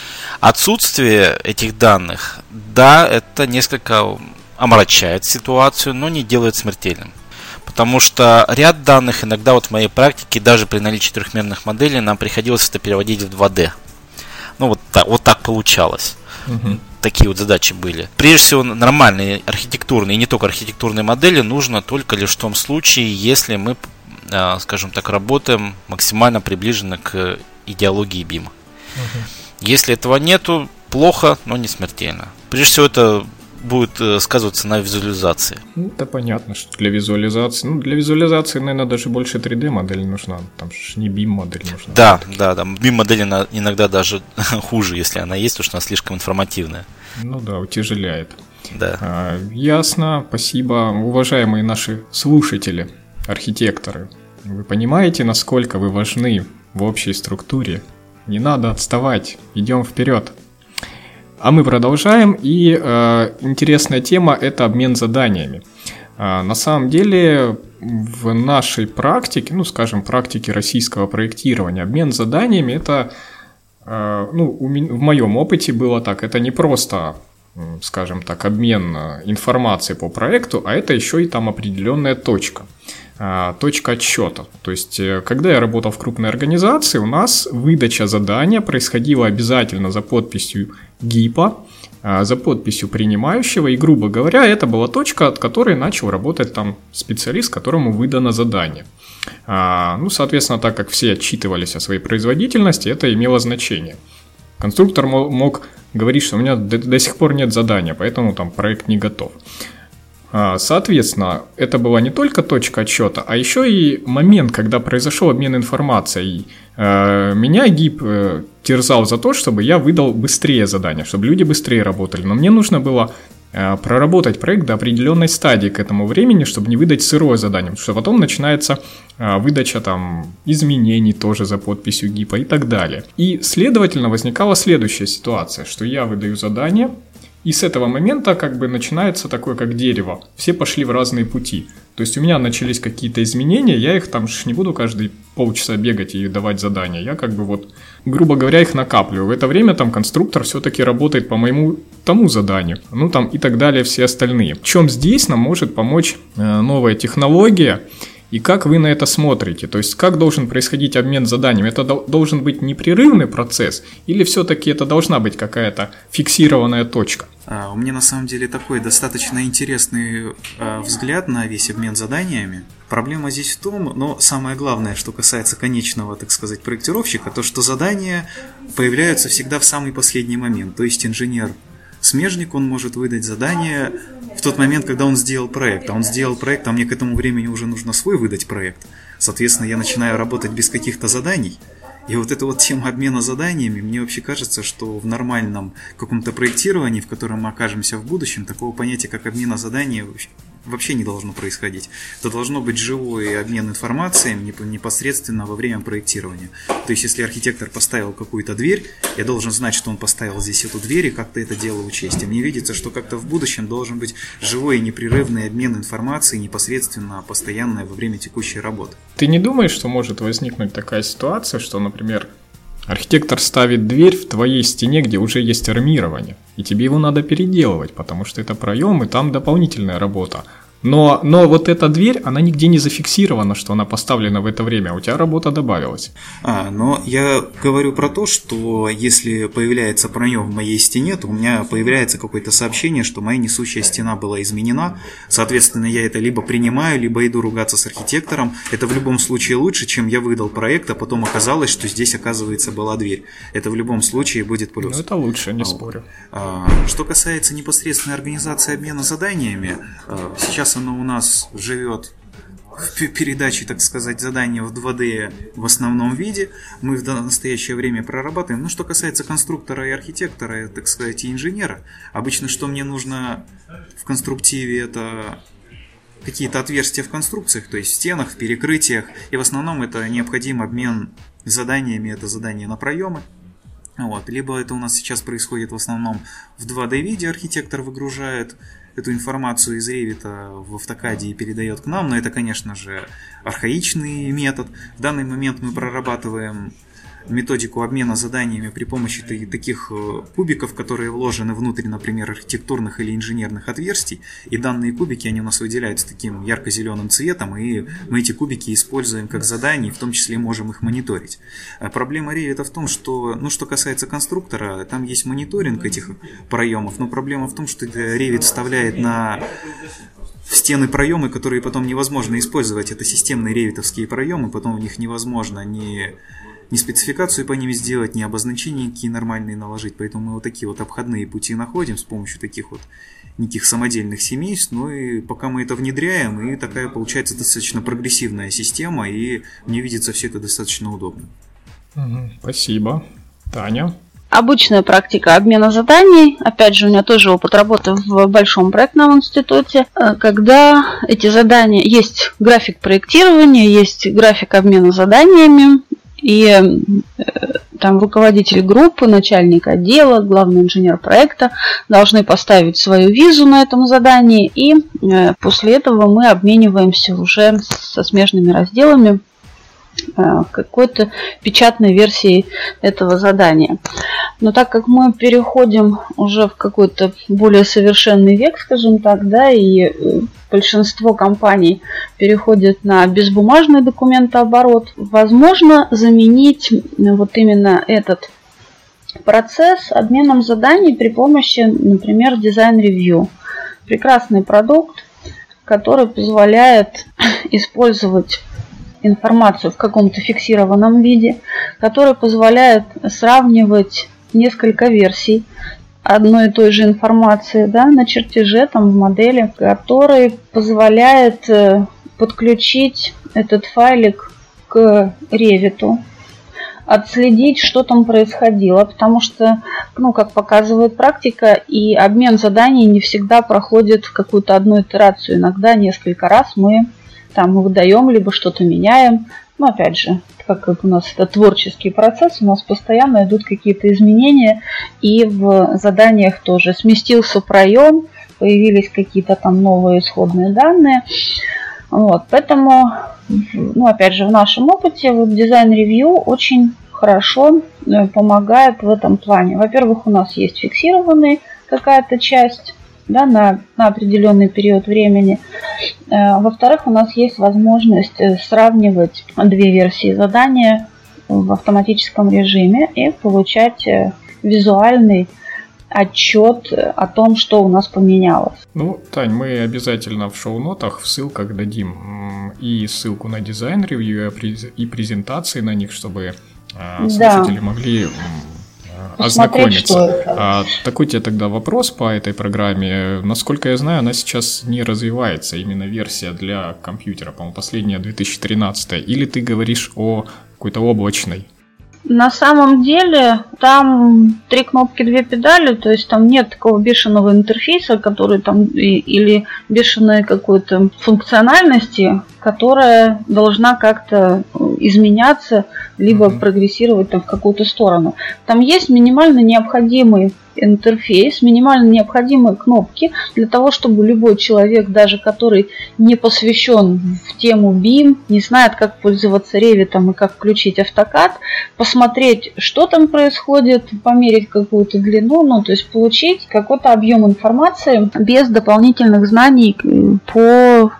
Отсутствие этих данных, да, это несколько омрачает ситуацию, но не делает смертельным. Потому что ряд данных иногда вот в моей практике, даже при наличии трехмерных моделей, нам приходилось это переводить в 2D. Вот так получалось. Такие вот задачи были. Прежде всего, нормальные архитектурные, и не только архитектурные модели нужно только лишь в том случае, если мы, скажем так, работаем максимально приближенно к идеологии BIM. Если этого нету, плохо, но не смертельно. Прежде всего, это будет сказываться на визуализации. Это понятно, что для визуализации. Для визуализации, наверное, даже больше 3D-модель нужна. Там же не BIM-модель нужна. Да. BIM-модель иногда даже хуже, если она есть, потому что она слишком информативная. Утяжеляет. Да. Ясно, спасибо. Уважаемые наши слушатели, архитекторы, вы понимаете, насколько вы важны в общей структуре? Не надо отставать, идем вперед. А мы продолжаем, и интересная тема – это обмен заданиями. На самом деле в нашей практике, практике российского проектирования, обмен заданиями – это, в моем опыте было так, это не просто, скажем так, обмен информацией по проекту, а это еще и там определенная точка отсчета. То есть, когда я работал в крупной организации, у нас выдача задания происходила обязательно за подписью ГИПа, за подписью принимающего, и, грубо говоря, это была точка, от которой начал работать там специалист, которому выдано задание. Соответственно, так как все отчитывались о своей производительности, это имело значение. Конструктор мог говорить, что у меня до сих пор нет задания, поэтому там проект не готов. Соответственно, это была не только точка отсчета, а еще и момент, когда произошел обмен информацией. Меня ГИП терзал за то, чтобы я выдал быстрее задания, чтобы люди быстрее работали. Но мне нужно было проработать проект до определенной стадии к этому времени, чтобы не выдать сырое задание, потому что потом начинается выдача изменений тоже за подписью ГИПа и так далее. И, следовательно, возникала следующая ситуация, что я выдаю задание, и с этого момента начинается такое, как дерево. Все пошли в разные пути. То есть у меня начались какие-то изменения, я их там не буду каждые полчаса бегать и давать задания. Я как бы вот, грубо говоря, их накапливаю. В это время там конструктор все-таки работает по моему тому заданию. Ну там и так далее, все остальные. В чем здесь нам может помочь новая технология? И как вы на это смотрите? То есть, как должен происходить обмен заданиями? Это должен быть непрерывный процесс? Или все-таки это должна быть какая-то фиксированная точка? У меня на самом деле такой достаточно интересный взгляд на весь обмен заданиями. Проблема здесь в том, но самое главное, что касается конечного, так сказать, проектировщика, то что задания появляются всегда в самый последний момент. То есть инженер-смежник, он может выдать задание в тот момент, когда он сделал проект. А он сделал проект, а мне к этому времени уже нужно свой выдать проект. Соответственно, я начинаю работать без каких-то заданий. И вот эта вот тема обмена заданиями, мне вообще кажется, что в нормальном каком-то проектировании, в котором мы окажемся в будущем, такого понятия, как обмена заданий, вообще не должно происходить. Это должно быть живой обмен информацией непосредственно во время проектирования. То есть, если архитектор поставил какую-то дверь, я должен знать, что он поставил здесь эту дверь и как-то это дело учесть. И мне видится, что как-то в будущем должен быть живой и непрерывный обмен информацией непосредственно, постоянно во время текущей работы. Ты не думаешь, что может возникнуть такая ситуация, что, например, архитектор ставит дверь в твоей стене, где уже есть армирование, и тебе его надо переделывать, потому что это проем, и там дополнительная работа. Но вот эта дверь, она нигде не зафиксирована, что она поставлена в это время, а у тебя работа добавилась. Но я говорю про то, что если появляется проем в моей стене, то у меня появляется какое-то сообщение, что моя несущая стена была изменена. Соответственно, я это либо принимаю, либо иду ругаться с архитектором. Это в любом случае лучше, чем я выдал проект, а потом оказалось, что здесь, оказывается, была дверь. Это в любом случае будет плюс. Ну, это лучше, не спорю. Что касается непосредственной организации обмена заданиями, сейчас оно у нас живет в передаче, так сказать, задания в 2D в основном виде. Мы в настоящее время прорабатываем. Но что касается конструктора и архитектора, так сказать, и инженера, обычно что мне нужно в конструктиве, это какие-то отверстия в конструкциях, то есть в стенах, в перекрытиях. И в основном это необходим обмен заданиями, это задания на проемы. Либо это у нас сейчас происходит в основном в 2D виде, архитектор выгружает эту информацию из Revit в AutoCAD и передает к нам, но это, конечно же, архаичный метод. В данный момент мы прорабатываем методику обмена заданиями при помощи таких кубиков, которые вложены внутрь, например, архитектурных или инженерных отверстий, и данные кубики, они у нас выделяются таким ярко-зеленым цветом, и мы эти кубики используем как задания, и в том числе можем их мониторить. Проблема Revit в том, что, что касается конструктора, там есть мониторинг этих проемов, но проблема в том, что Revit вставляет в стены проемы, которые потом невозможно использовать. Это системные ревитовские проемы, потом в них невозможно ни спецификацию по ним сделать, ни обозначения никакие нормальные наложить. Поэтому мы вот такие вот обходные пути находим с помощью таких вот неких самодельных семейств. Ну и пока мы это внедряем, и такая получается достаточно прогрессивная система, и мне видится все это достаточно удобно. Спасибо. Таня? Обычная практика обмена заданий, опять же, у меня тоже опыт работы в большом проектном институте, когда эти задания, есть график проектирования, есть график обмена заданиями, и там руководитель группы, начальник отдела, главный инженер проекта должны поставить свою визу на этом задании, и после этого мы обмениваемся уже со смежными разделами какой-то печатной версией этого задания. Но так как мы переходим уже в какой-то более совершенный век, скажем так, да, и большинство компаний переходит на безбумажный документооборот, возможно заменить вот именно этот процесс обменом заданий при помощи, например, дизайн-ревью. Прекрасный продукт, который позволяет использовать информацию в каком-то фиксированном виде, который позволяет сравнивать несколько версий одной и той же информации, да, на чертеже, там, в модели, который позволяет подключить этот файлик к Revit, отследить, что там происходило, потому что, как показывает практика, и обмен заданий не всегда проходит в какую-то одну итерацию. Иногда несколько раз мы выдаем, либо что-то меняем. Но опять же, так как у нас это творческий процесс, у нас постоянно идут какие-то изменения, и в заданиях тоже сместился проем, появились какие-то там новые исходные данные. Вот, поэтому, опять же, в нашем опыте вот дизайн-ревью очень хорошо помогает в этом плане. Во-первых, у нас есть фиксированная какая-то часть, да, на определенный период времени. Во-вторых, у нас есть возможность сравнивать две версии задания в автоматическом режиме и получать визуальный отчет о том, что у нас поменялось. Тань, мы обязательно в шоу-нотах в ссылках дадим и ссылку на дизайн-ревью, и презентации на них, чтобы слушатели могли ознакомиться. Такой тебе тогда вопрос по этой программе. Насколько я знаю, она сейчас не развивается, именно версия для компьютера, по-моему, последняя 2013. Или ты говоришь о какой-то облачной? На самом деле там 3 кнопки, 2 педали, то есть там нет такого бешеного интерфейса, который там или бешеной какой-то функциональности, которая должна как-то изменяться, либо прогрессировать там в какую-то сторону. Там есть минимально необходимый интерфейс, минимально необходимые кнопки для того, чтобы любой человек, даже который не посвящен в тему BIM, не знает, как пользоваться Revit и как включить AutoCAD, посмотреть, что там происходит, померить какую-то длину, то есть получить какой-то объем информации без дополнительных знаний по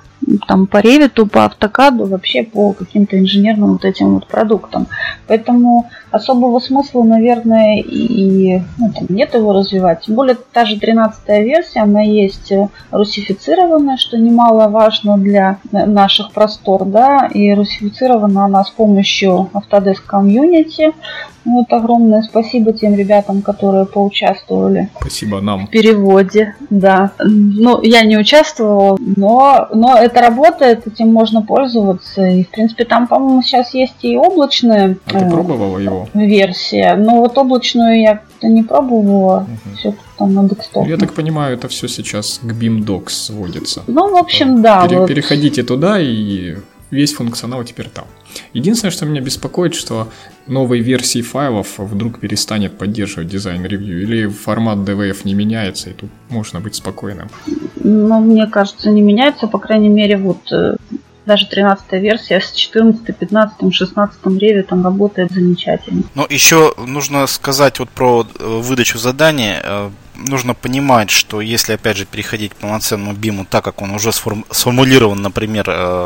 Revit, по AutoCAD, вообще по каким-то инженерным вот этим вот продуктам. Поэтому особого смысла, наверное, и нет его развивать. Тем более, та же 13-я версия, она есть русифицированная, что немаловажно для наших простор, да, и русифицирована она с помощью Autodesk Community. Огромное спасибо тем ребятам, которые поучаствовали. Спасибо нам. В переводе, да. Я не участвовала, но это работает, этим можно пользоваться. И, в принципе, там, по-моему, сейчас есть и облачная ты пробовала его? Версия. Но вот облачную я не пробовала. Все там на декстопе. Я так понимаю, это все сейчас к BIM Docs сводится. В общем, да. Переходите туда, и весь функционал теперь там. Единственное, что меня беспокоит, что новой версии файлов вдруг перестанет поддерживать дизайн-ревью, или формат DVF не меняется, и тут можно быть спокойным. Мне кажется, не меняется, по крайней мере, даже 13-я версия с 14, 15, 16 Revit работает замечательно. Но еще нужно сказать про выдачу заданий. Нужно понимать, что если, опять же, переходить к полноценному BIM, так как он уже сформулирован, например,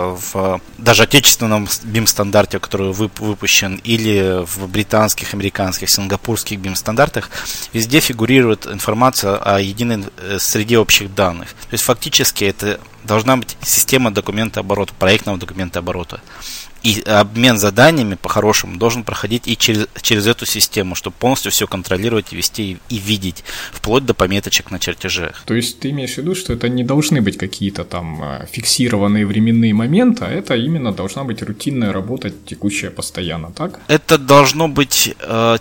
в даже отечественном BIM-стандарте, который выпущен, или в британских, американских, сингапурских BIM-стандартах, везде фигурирует информация о единой среде общих данных. То есть, фактически, это должна быть система документооборота, проектного документооборота. И обмен заданиями, по-хорошему, должен проходить и через эту систему, чтобы полностью все контролировать, вести и видеть, вплоть до пометочек на чертежах. То есть ты имеешь в виду, что это не должны быть какие-то там фиксированные временные моменты, а это именно должна быть рутинная работа, текущая постоянно, так? Это должно быть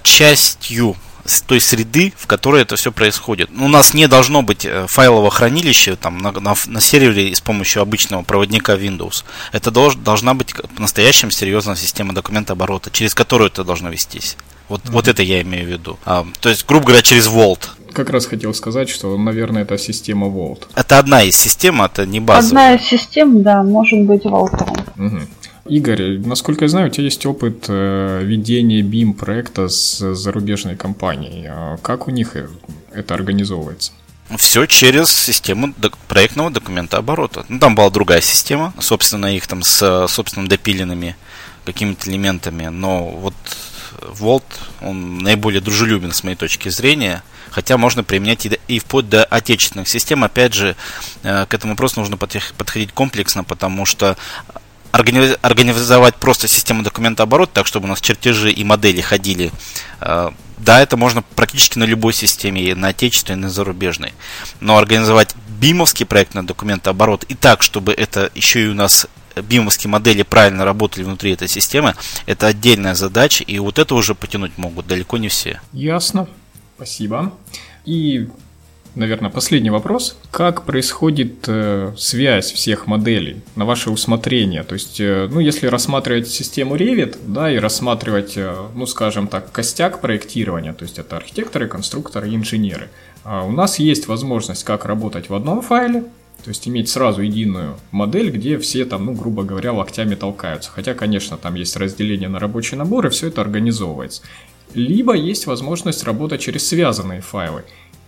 частью той среды, в которой это все происходит. У нас не должно быть файлового хранилища на сервере с помощью обычного проводника Windows. Это должна быть по-настоящему серьезная система документооборота, через которую это должно вестись. Вот это я имею в виду. То есть, грубо говоря, через Vault. Как раз хотел сказать, что, наверное, это система Vault. Это одна из систем, это не базовая. Одна из систем, да, может быть Vault. Игорь, насколько я знаю, у тебя есть опыт ведения BIM-проекта с зарубежной компанией. Как у них это организовывается? Все через систему проектного документооборота. Там была другая система, собственно, их там с собственными допиленными какими-то элементами, но Vault, он наиболее дружелюбен с моей точки зрения, хотя можно применять и вплоть до отечественных систем. Опять же, к этому вопросу нужно подходить комплексно, потому что организовать просто систему документооборота так, чтобы у нас чертежи и модели ходили, да, это можно практически на любой системе, и на отечественной, и на зарубежной. Но организовать бимовский проектный документооборот и так, чтобы это еще и у нас бимовские модели правильно работали внутри этой системы, это отдельная задача, и это уже потянуть могут далеко не все. Ясно, спасибо. И, наверное, последний вопрос. Как происходит связь всех моделей на ваше усмотрение? То есть, если рассматривать систему Revit, да, и рассматривать, скажем так, костяк проектирования, то есть это архитекторы, конструкторы и инженеры, у нас есть возможность как работать в одном файле, То есть иметь сразу единую модель, где все там, ну, грубо говоря, локтями толкаются. Хотя, конечно, там есть разделение на рабочий набор, и все это организовывается. Либо есть возможность работать через связанные файлы,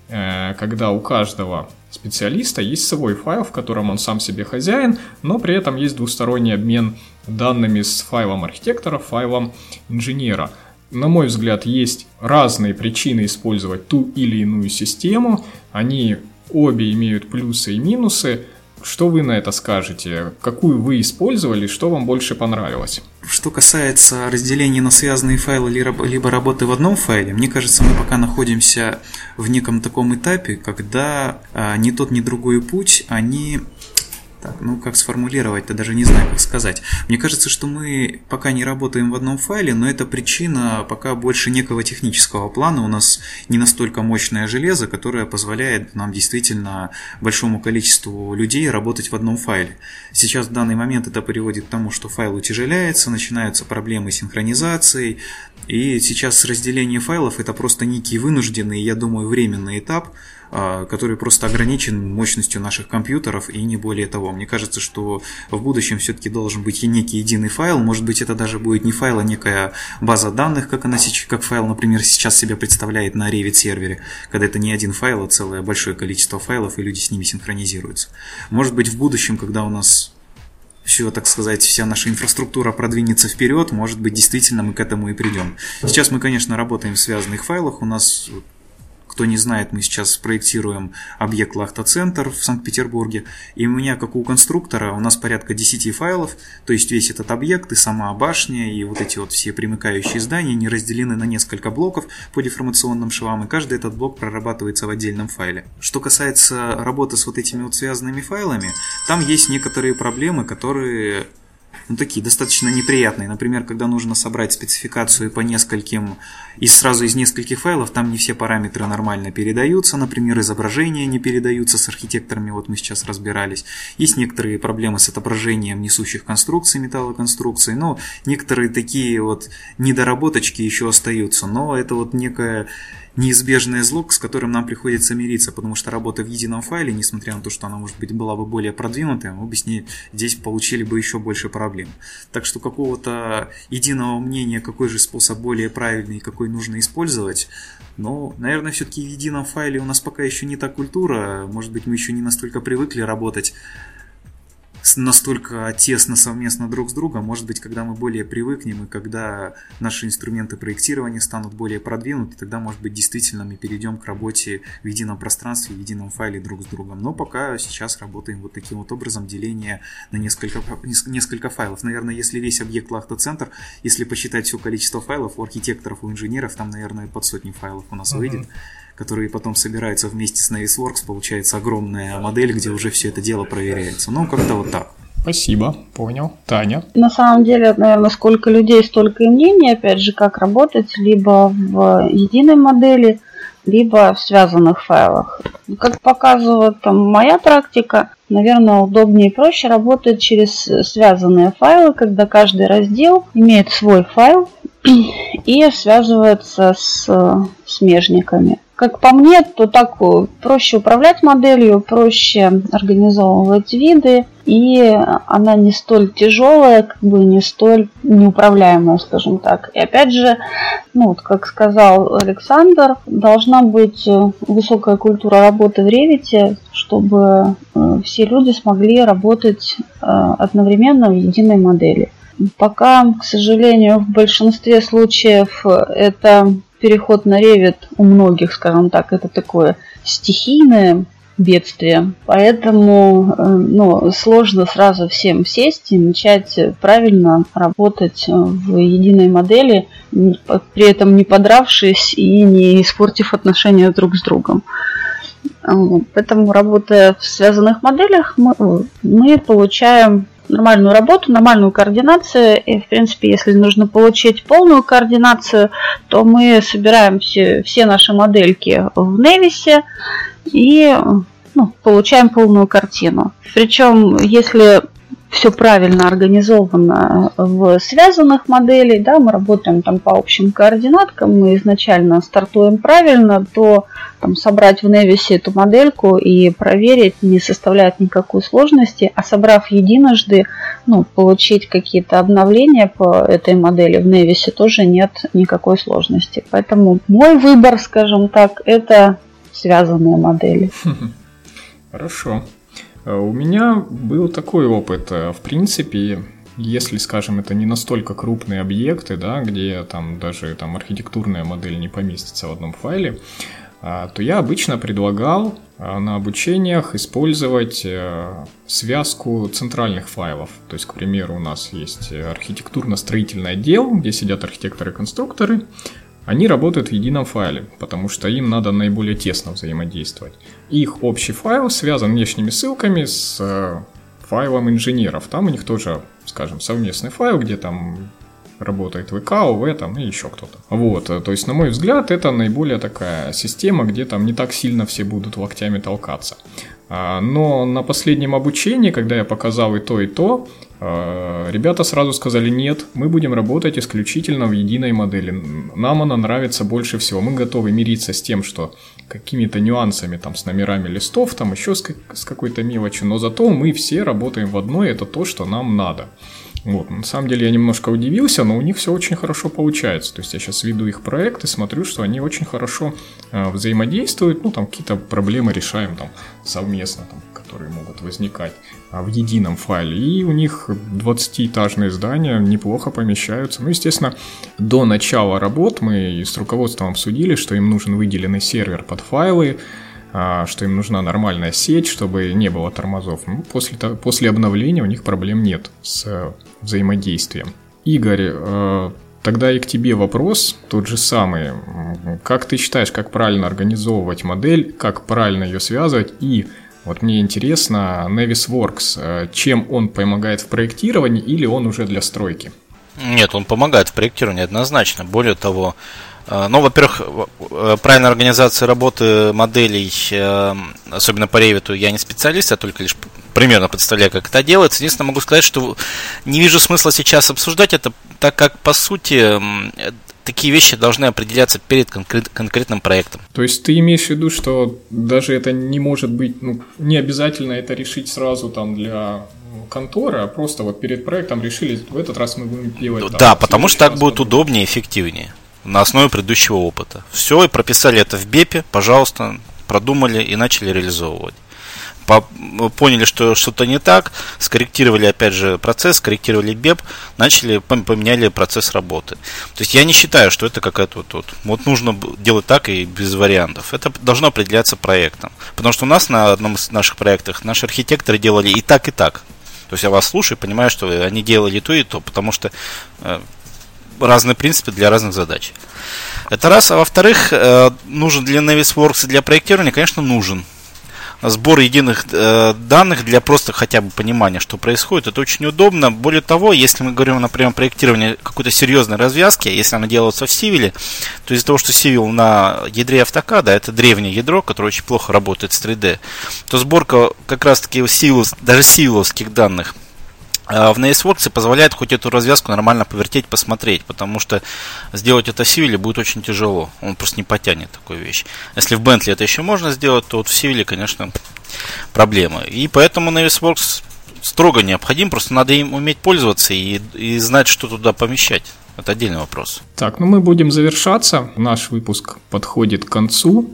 когда у каждого специалиста есть свой файл, в котором он сам себе хозяин, но при этом есть двусторонний обмен данными с файлом архитектора, файлом инженера. На мой взгляд, есть разные причины использовать ту или иную систему, они обе имеют плюсы и минусы. Что вы на это скажете? Какую вы использовали, что вам больше понравилось? Что касается разделения на связанные файлы либо работы в одном файле, мне кажется, мы пока находимся в неком таком этапе, когда ни тот, ни другой путь, они... Так, ну как сформулировать-то, даже не знаю, как сказать. Мне кажется, что мы пока не работаем в одном файле, но это причина пока больше некого технического плана. У нас не настолько мощное железо, которое позволяет нам действительно большому количеству людей работать в одном файле. Сейчас в данный момент это приводит к тому, что файл утяжеляется, начинаются проблемы с синхронизацией. И сейчас разделение файлов это просто некий вынужденный, я думаю, временный этап, который просто ограничен мощностью наших компьютеров и не более того. Мне кажется, что в будущем все-таки должен быть и некий единый файл. Может быть, это даже будет не файл, а некая база данных, как файл, например, сейчас себя представляет на Revit сервере, когда это не один файл, а целое большое количество файлов, и люди с ними синхронизируются. Может быть, в будущем, когда у нас все, так сказать, вся наша инфраструктура продвинется вперед, может быть, действительно мы к этому и придем. Сейчас мы, конечно, работаем в связанных файлах. У нас, кто не знает, мы сейчас проектируем объект Лахта-центр в Санкт-Петербурге. И у меня, как у конструктора, у нас порядка 10 файлов. То есть весь этот объект и сама башня, и вот эти вот все примыкающие здания не разделены на несколько блоков по деформационным швам. И каждый этот блок прорабатывается в отдельном файле. Что касается работы с вот этими вот связанными файлами, там есть некоторые проблемы, которые... такие достаточно неприятные. Например, когда нужно собрать спецификацию по нескольким, и сразу из нескольких файлов, там не все параметры нормально передаются, например, изображения не передаются с архитекторами, вот мы сейчас разбирались. Есть некоторые проблемы с отображением несущих конструкций, металлоконструкций, но некоторые такие вот недоработочки еще остаются, но это вот некая неизбежное зло, с которым нам приходится мириться, потому что работа в едином файле, несмотря на то, что она, может быть, была бы более продвинутая, мы бы с ней здесь получили бы еще больше проблем. Так что какого-то единого мнения, какой же способ более правильный, какой нужно использовать, но, наверное, все-таки в едином файле у нас пока еще не та культура, может быть, мы еще не настолько привыкли работать настолько тесно совместно друг с другом. Может быть, когда мы более привыкнем и когда наши инструменты проектирования станут более продвинуты, тогда, может быть, действительно мы перейдем к работе в едином пространстве, в едином файле друг с другом. Но пока сейчас работаем вот таким вот образом, деление на несколько файлов. Наверное, если весь объект Лахта-центр, если посчитать все количество файлов у архитекторов, у инженеров, там, наверное, под сотни файлов у нас выйдет, которые потом собираются вместе с Navisworks, получается огромная модель, где уже все это дело проверяется. Ну, как-то вот так. Спасибо, понял. Таня? На самом деле, наверное, сколько людей, столько и мнений, опять же, как работать либо в единой модели, либо в связанных файлах. Как показывает моя практика, наверное, удобнее и проще работать через связанные файлы, когда каждый раздел имеет свой файл и связывается с смежниками. Как по мне, то так проще управлять моделью, проще организовывать виды, и она не столь тяжелая, не столь неуправляемая, скажем так. И опять же, вот как сказал Александр, должна быть высокая культура работы в Revit, чтобы все люди смогли работать одновременно в единой модели. Пока, к сожалению, в большинстве случаев это переход на Revit у многих, скажем так, это такое стихийное бедствие. Поэтому сложно сразу всем сесть и начать правильно работать в единой модели, при этом не подравшись и не испортив отношения друг с другом. Поэтому, работая в связанных моделях, мы получаем нормальную работу, нормальную координацию. И, в принципе, если нужно получить полную координацию, то мы собираем все наши модельки в Navis и получаем полную картину. Причем, если все правильно организовано в связанных моделях, да, мы работаем там по общим координаткам, мы изначально стартуем правильно, то там, собрать в Nevis эту модельку и проверить не составляет никакой сложности, а собрав единожды, получить какие-то обновления по этой модели в Nevis тоже нет никакой сложности. Поэтому мой выбор, скажем так, это связанные модели. Хорошо. У меня был такой опыт. В принципе, если, скажем, это не настолько крупные объекты, да, где там даже архитектурная модель не поместится в одном файле, то я обычно предлагал на обучениях использовать связку центральных файлов. То есть, к примеру, у нас есть архитектурно-строительный отдел, где сидят архитекторы-конструкторы. Они работают в едином файле, потому что им надо наиболее тесно взаимодействовать. Их общий файл связан внешними ссылками с файлом инженеров. Там у них тоже, скажем, совместный файл, где там работает ВК, ОВ и еще кто-то. Вот, то есть, на мой взгляд, это наиболее такая система, где там не так сильно все будут локтями толкаться. Но на последнем обучении, когда я показал и то, ребята сразу сказали: нет, мы будем работать исключительно в единой модели. Нам она нравится больше всего. Мы готовы мириться с тем, что какими-то нюансами, с номерами листов, еще с какой-то мелочью, но зато мы все работаем в одной, это то, что нам надо. Вот. На самом деле я немножко удивился, но у них все очень хорошо получается. То есть я сейчас веду их проект и смотрю, что они очень хорошо взаимодействуют. Какие-то проблемы решаем совместно, которые могут возникать в едином файле. И у них 20-этажные здания неплохо помещаются. Естественно, до начала работ мы с руководством обсудили, что им нужен выделенный сервер под файлы, что им нужна нормальная сеть, чтобы не было тормозов. После обновления у них проблем нет с взаимодействием. Игорь, тогда и к тебе вопрос тот же самый. Как ты считаешь, как правильно организовывать модель, как правильно ее связывать? И вот мне интересно, Navisworks, чем он помогает в проектировании или он уже для стройки? Нет, он помогает в проектировании однозначно. Более того, во-первых, правильная организация работы моделей, особенно по Revit, я не специалист, я только лишь примерно представляю, как это делается. Единственное, могу сказать, что не вижу смысла сейчас обсуждать это, так как, по сути, такие вещи должны определяться перед конкретным проектом. То есть ты имеешь в виду, что даже это не может быть, не обязательно это решить сразу для конторы, а просто перед проектом решили, в этот раз мы будем делать. Да, потому что так будет удобнее и эффективнее. На основе предыдущего опыта. Все, и прописали это в БЕПе, пожалуйста, продумали и начали реализовывать. Поняли, что что-то не так, скорректировали опять же процесс, скорректировали БЕП, поменяли процесс работы. То есть я не считаю, что это какая-то вот нужно делать так и без вариантов. Это должно определяться проектом. Потому что у нас на одном из наших проектов наши архитекторы делали и так, и так. То есть я вас слушаю и понимаю, что они делали и то, потому что разные принципы для разных задач. Это раз. А во-вторых, нужен для Navisworks и для проектирования, конечно, нужен. Сбор единых данных для просто хотя бы понимания, что происходит, это очень удобно. Более того, если мы говорим, например, о проектировании какой-то серьезной развязки, если она делается в Civil, то из-за того, что Civil на ядре AutoCAD, это древнее ядро, которое очень плохо работает с 3D, то сборка как раз-таки даже сивиловских данных в Navisworks позволяет хоть эту развязку нормально повертеть, посмотреть, потому что сделать это в Civil будет очень тяжело, он просто не потянет такую вещь. Если в Bentley это еще можно сделать, то вот в Civil, конечно, проблемы. И поэтому Navisworks строго необходим, просто надо им уметь пользоваться и знать, что туда помещать. Это отдельный вопрос. Так, мы будем завершаться. Наш выпуск подходит к концу.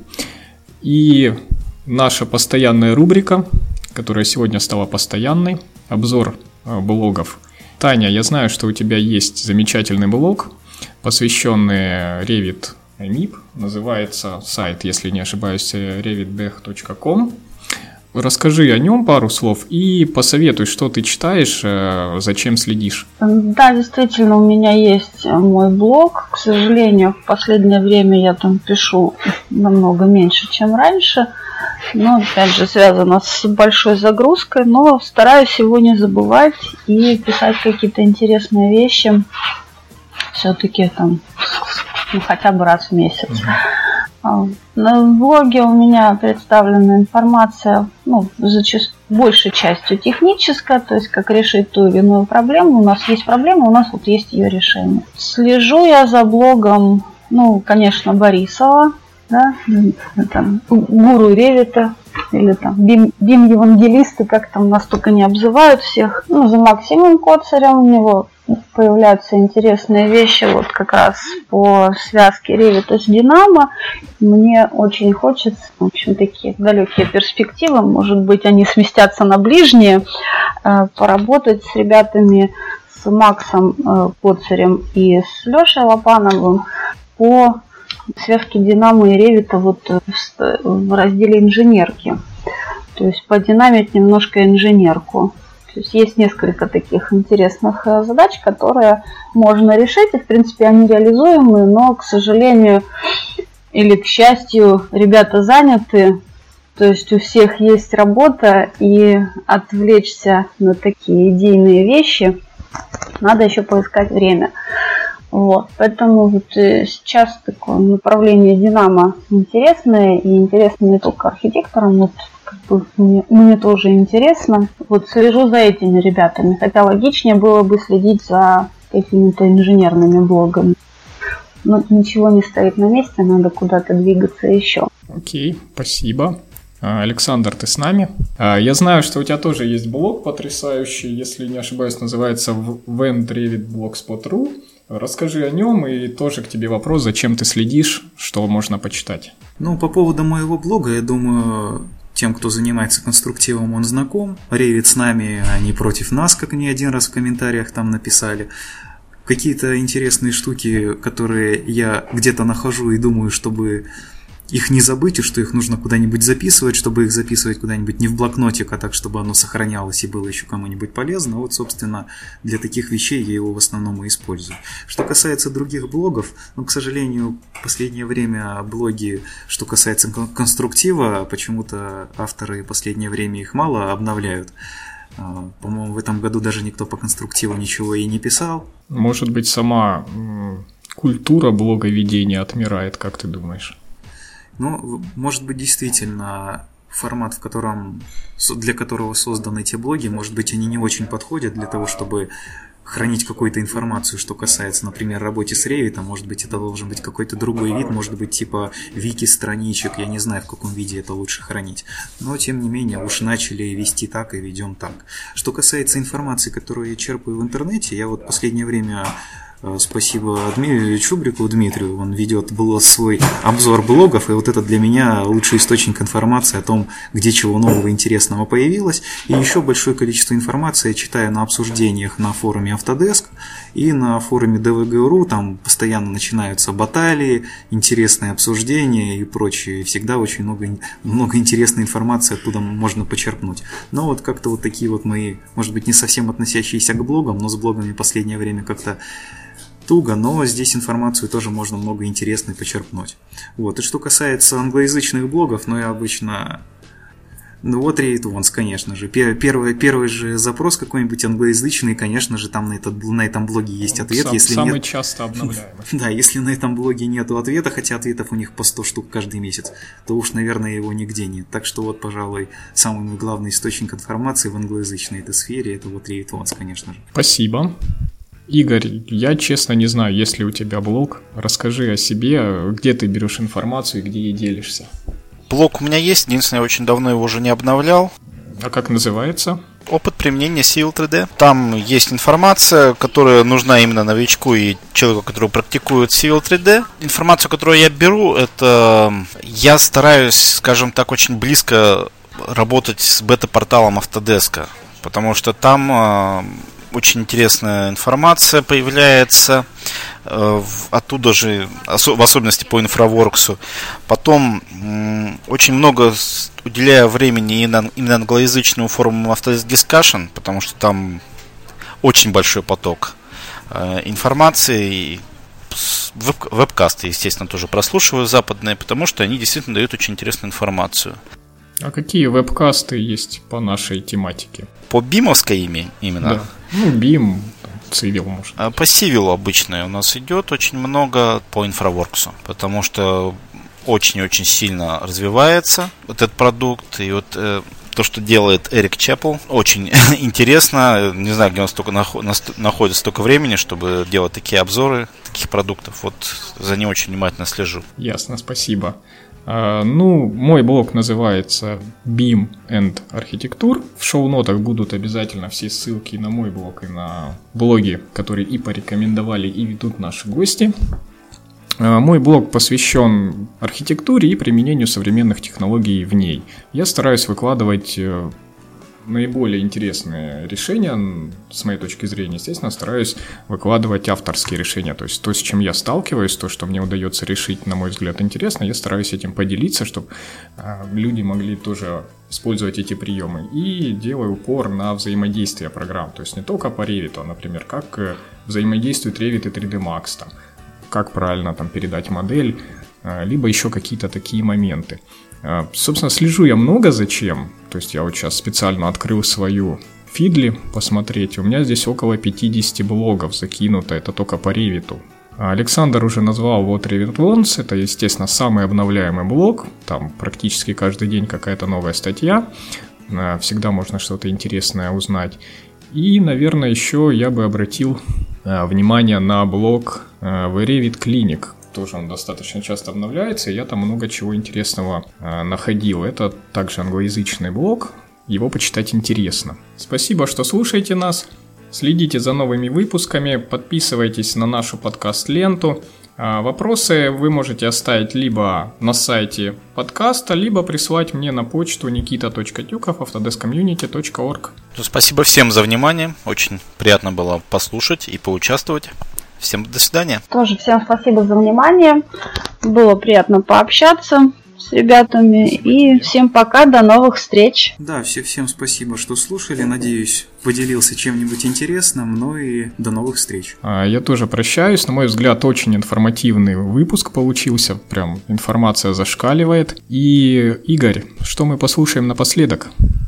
И наша постоянная рубрика, которая сегодня стала постоянной, обзор блогов. Таня, я знаю, что у тебя есть замечательный блог, посвященный Revit MIP. Называется сайт, если не ошибаюсь, revitdech.com. Расскажи о нем пару слов и посоветуй, что ты читаешь, зачем следишь. Да, действительно, у меня есть мой блог. К сожалению, в последнее время я там пишу намного меньше, чем раньше. Но, опять же, связано с большой загрузкой. Но стараюсь его не забывать и писать какие-то интересные вещи. Все-таки хотя бы раз в месяц. На блоге у меня представлена информация, большей частью техническая, то есть как решить ту или иную проблему. У нас есть проблема, у нас вот есть ее решение. Слежу я за блогом, конечно, Борисова, да, там, гуру Ревита, или там бим-евангелисты, как там нас только не обзывают всех. За Максимом Коцарем у него появляются интересные вещи вот как раз по связке Ревита с Динамо. Мне очень хочется, в общем, такие далекие перспективы, может быть, они сместятся на ближние, поработать с ребятами, с Максом Коцарем и с Лешей Лопановым по связки Динамо и Ревита вот в разделе инженерки. То есть подинамить немножко инженерку. То есть несколько таких интересных задач, которые можно решить, и в принципе они реализуемы, но, к сожалению или к счастью, ребята заняты. То есть у всех есть работа, и отвлечься на такие идейные вещи надо еще поискать время. Вот, поэтому вот сейчас такое направление Динамо интересное, и интересно не только архитекторам, вот как бы мне тоже интересно. Вот слежу за этими ребятами, хотя логичнее было бы следить за какими-то инженерными блогами. Но ничего не стоит на месте, надо куда-то двигаться еще. Окей, спасибо. Александр, ты с нами? Я знаю, что у тебя тоже есть блог потрясающий, если не ошибаюсь, называется wendrevitblogspot.ru. Расскажи о нем, и тоже к тебе вопрос, зачем ты следишь, что можно почитать. По поводу моего блога, я думаю, тем, кто занимается конструктивом, он знаком. Revit с нами, а не против нас, как не один раз в комментариях там написали. Какие-то интересные штуки, которые я где-то нахожу и думаю, чтобы их не забыть, и что их нужно куда-нибудь записывать, чтобы их записывать куда-нибудь не в блокнотик, а так, чтобы оно сохранялось и было еще кому-нибудь полезно. Вот, собственно, для таких вещей я его в основном и использую. Что касается других блогов, к сожалению, в последнее время блоги, что касается конструктива, почему-то авторы в последнее время их мало обновляют. По-моему, в этом году даже никто по конструктиву ничего и не писал. Может быть, сама культура блоговедения отмирает, как ты думаешь? Может быть, действительно, формат, для которого созданы эти блоги, может быть, они не очень подходят для того, чтобы хранить какую-то информацию, что касается, например, работы с Revit, может быть, это должен быть какой-то другой вид, может быть, типа вики-страничек, я не знаю, в каком виде это лучше хранить. Но, тем не менее, уж начали вести так и ведем так. Что касается информации, которую я черпаю в интернете, я вот в последнее время... Спасибо Чубрику Дмитрию, он ведет свой обзор блогов, и вот это для меня лучший источник информации о том, где чего нового интересного появилось. И еще большое количество информации я читаю на обсуждениях на форуме Autodesk и на форуме DVG.ru, там постоянно начинаются баталии, интересные обсуждения и прочее, и всегда очень много интересной информации оттуда можно почерпнуть. Но вот как-то вот такие вот мои, может быть, не совсем относящиеся к блогам, но с блогами в последнее время как-то туго, но здесь информацию тоже можно много интересной почерпнуть. Вот. И что касается англоязычных блогов, я обычно... Revit Once, конечно же. Первый же запрос какой-нибудь англоязычный, конечно же, там на этом блоге есть ответ. Самый часто обновляемый. Да, если на этом блоге нету ответа, хотя ответов у них по 100 штук каждый месяц, то уж, наверное, его нигде нет. Так что вот, пожалуй, самый мой главный источник информации в англоязычной этой сфере — это Revit Once, конечно же. Спасибо. Игорь, я честно не знаю, есть ли у тебя блог. Расскажи о себе, где ты берешь информацию и где ей делишься. Блог у меня есть, единственное, я очень давно его уже не обновлял. А как называется? Опыт применения Civil 3D. Там есть информация, которая нужна именно новичку и человеку, который практикует Civil 3D. Информацию, которую я беру, это я стараюсь, скажем так, очень близко работать с бета-порталом Autodesk, потому что там очень интересная информация появляется, оттуда же, в особенности по InfraWorks. Потом очень много уделяю времени именно англоязычному форуму Autodesk Discussion, потому что там очень большой поток информации. Вебкасты, естественно, тоже прослушиваю западные, потому что они действительно дают очень интересную информацию. А какие вебкасты есть по нашей тематике? По бимовской именно? Да. BIM, Civil, может. По Civil обычно у нас идет очень много, по InfraWorks, потому что очень-очень сильно развивается вот этот продукт. И вот то, то, что делает Эрик Чеппел. Очень интересно. Не знаю, где он находит столько времени, чтобы делать такие обзоры таких продуктов. Вот за ним очень внимательно слежу. Ясно, спасибо. Мой блог называется BIM and Architecture. В шоу-нотах будут обязательно все ссылки на мой блог и на блоги, которые и порекомендовали, и ведут наши гости. Мой блог посвящен архитектуре и применению современных технологий в ней. Я стараюсь выкладывать наиболее интересные решения, с моей точки зрения, естественно, стараюсь выкладывать авторские решения, то есть то, с чем я сталкиваюсь, то, что мне удается решить, на мой взгляд, интересно, я стараюсь этим поделиться, чтобы люди могли тоже использовать эти приемы, и делаю упор на взаимодействие программ, то есть не только по Revit, например, как взаимодействует Revit и 3D Max, как правильно передать модель, либо еще какие-то такие моменты. Собственно, слежу я много зачем. То есть я вот сейчас специально открыл свою Feedly посмотреть. У меня здесь около 50 блогов закинуто. Это только по Revit. Александр уже назвал вот Revit Wants. Это, естественно, самый обновляемый блог. Там практически каждый день какая-то новая статья. Всегда можно что-то интересное узнать. И, наверное, еще я бы обратил внимание на блог в Revit Clinic. Тоже он достаточно часто обновляется, и я там много чего интересного находил. Это также англоязычный блог, его почитать интересно. Спасибо, что слушаете нас, следите за новыми выпусками, подписывайтесь на нашу подкаст-ленту. Вопросы вы можете оставить либо на сайте подкаста, либо прислать мне на почту nikita.tyukov@autodeskcommunity.org. Спасибо всем за внимание, очень приятно было послушать и поучаствовать. Всем до свидания. Тоже всем спасибо за внимание. Было приятно пообщаться с ребятами. И всем пока, до новых встреч. Да, всем спасибо, что слушали. Надеюсь, поделился чем-нибудь интересным. Ну и до новых встреч. Я тоже прощаюсь. На мой взгляд, очень информативный выпуск получился. Прям информация зашкаливает. И, Игорь, что мы послушаем напоследок?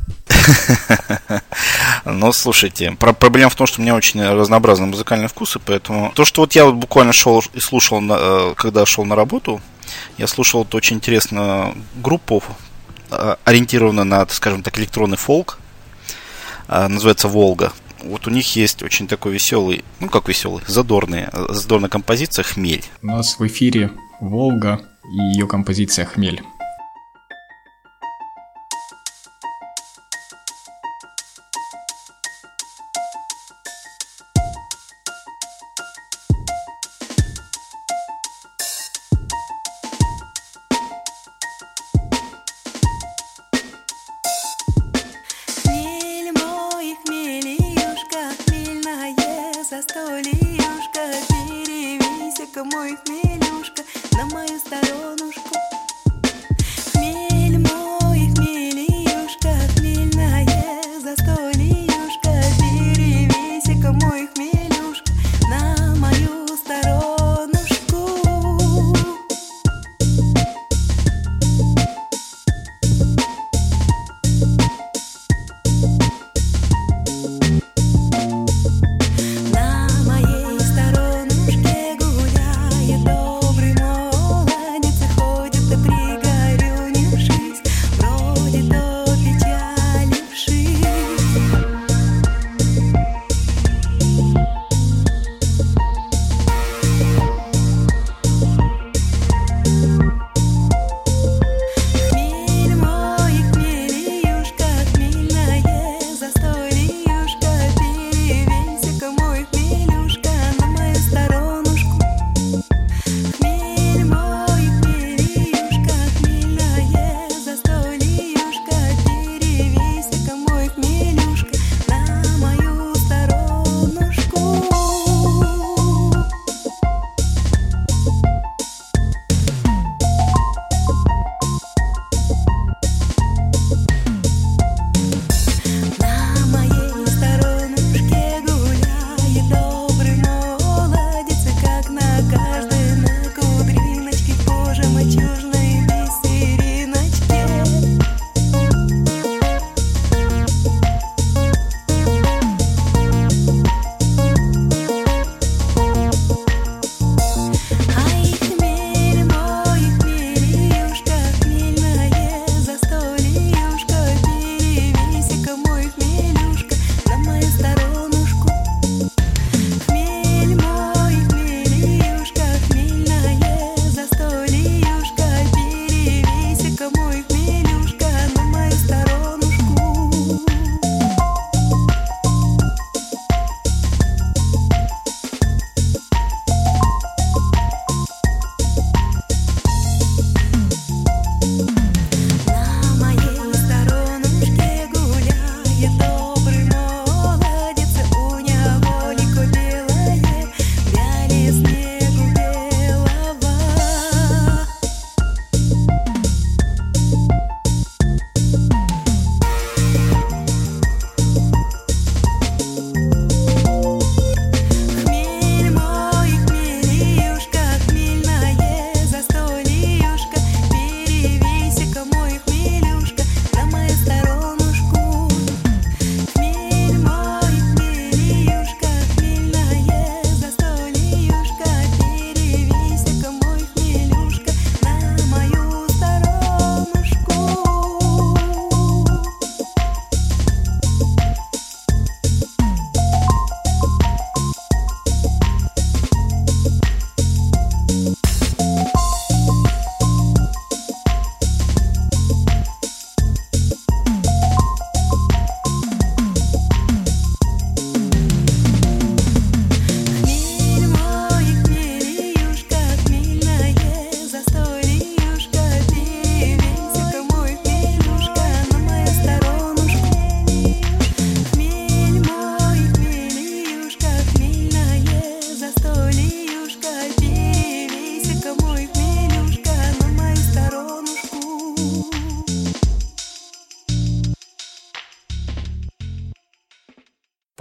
Ну, слушайте, проблема в том, что у меня очень разнообразные музыкальные вкусы, поэтому то, что вот я вот буквально шел и слушал, когда шел на работу, я слушал вот очень интересную группу, ориентированную на, скажем так, электронный фолк, называется «Волга». Вот у них есть очень такой веселый, задорная композиция «Хмель». У нас в эфире «Волга» и ее композиция «Хмель». Мой хмелюшка на мою сторонушку.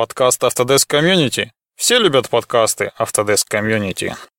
Подкаст Autodesk Community. Все любят подкасты Autodesk Community.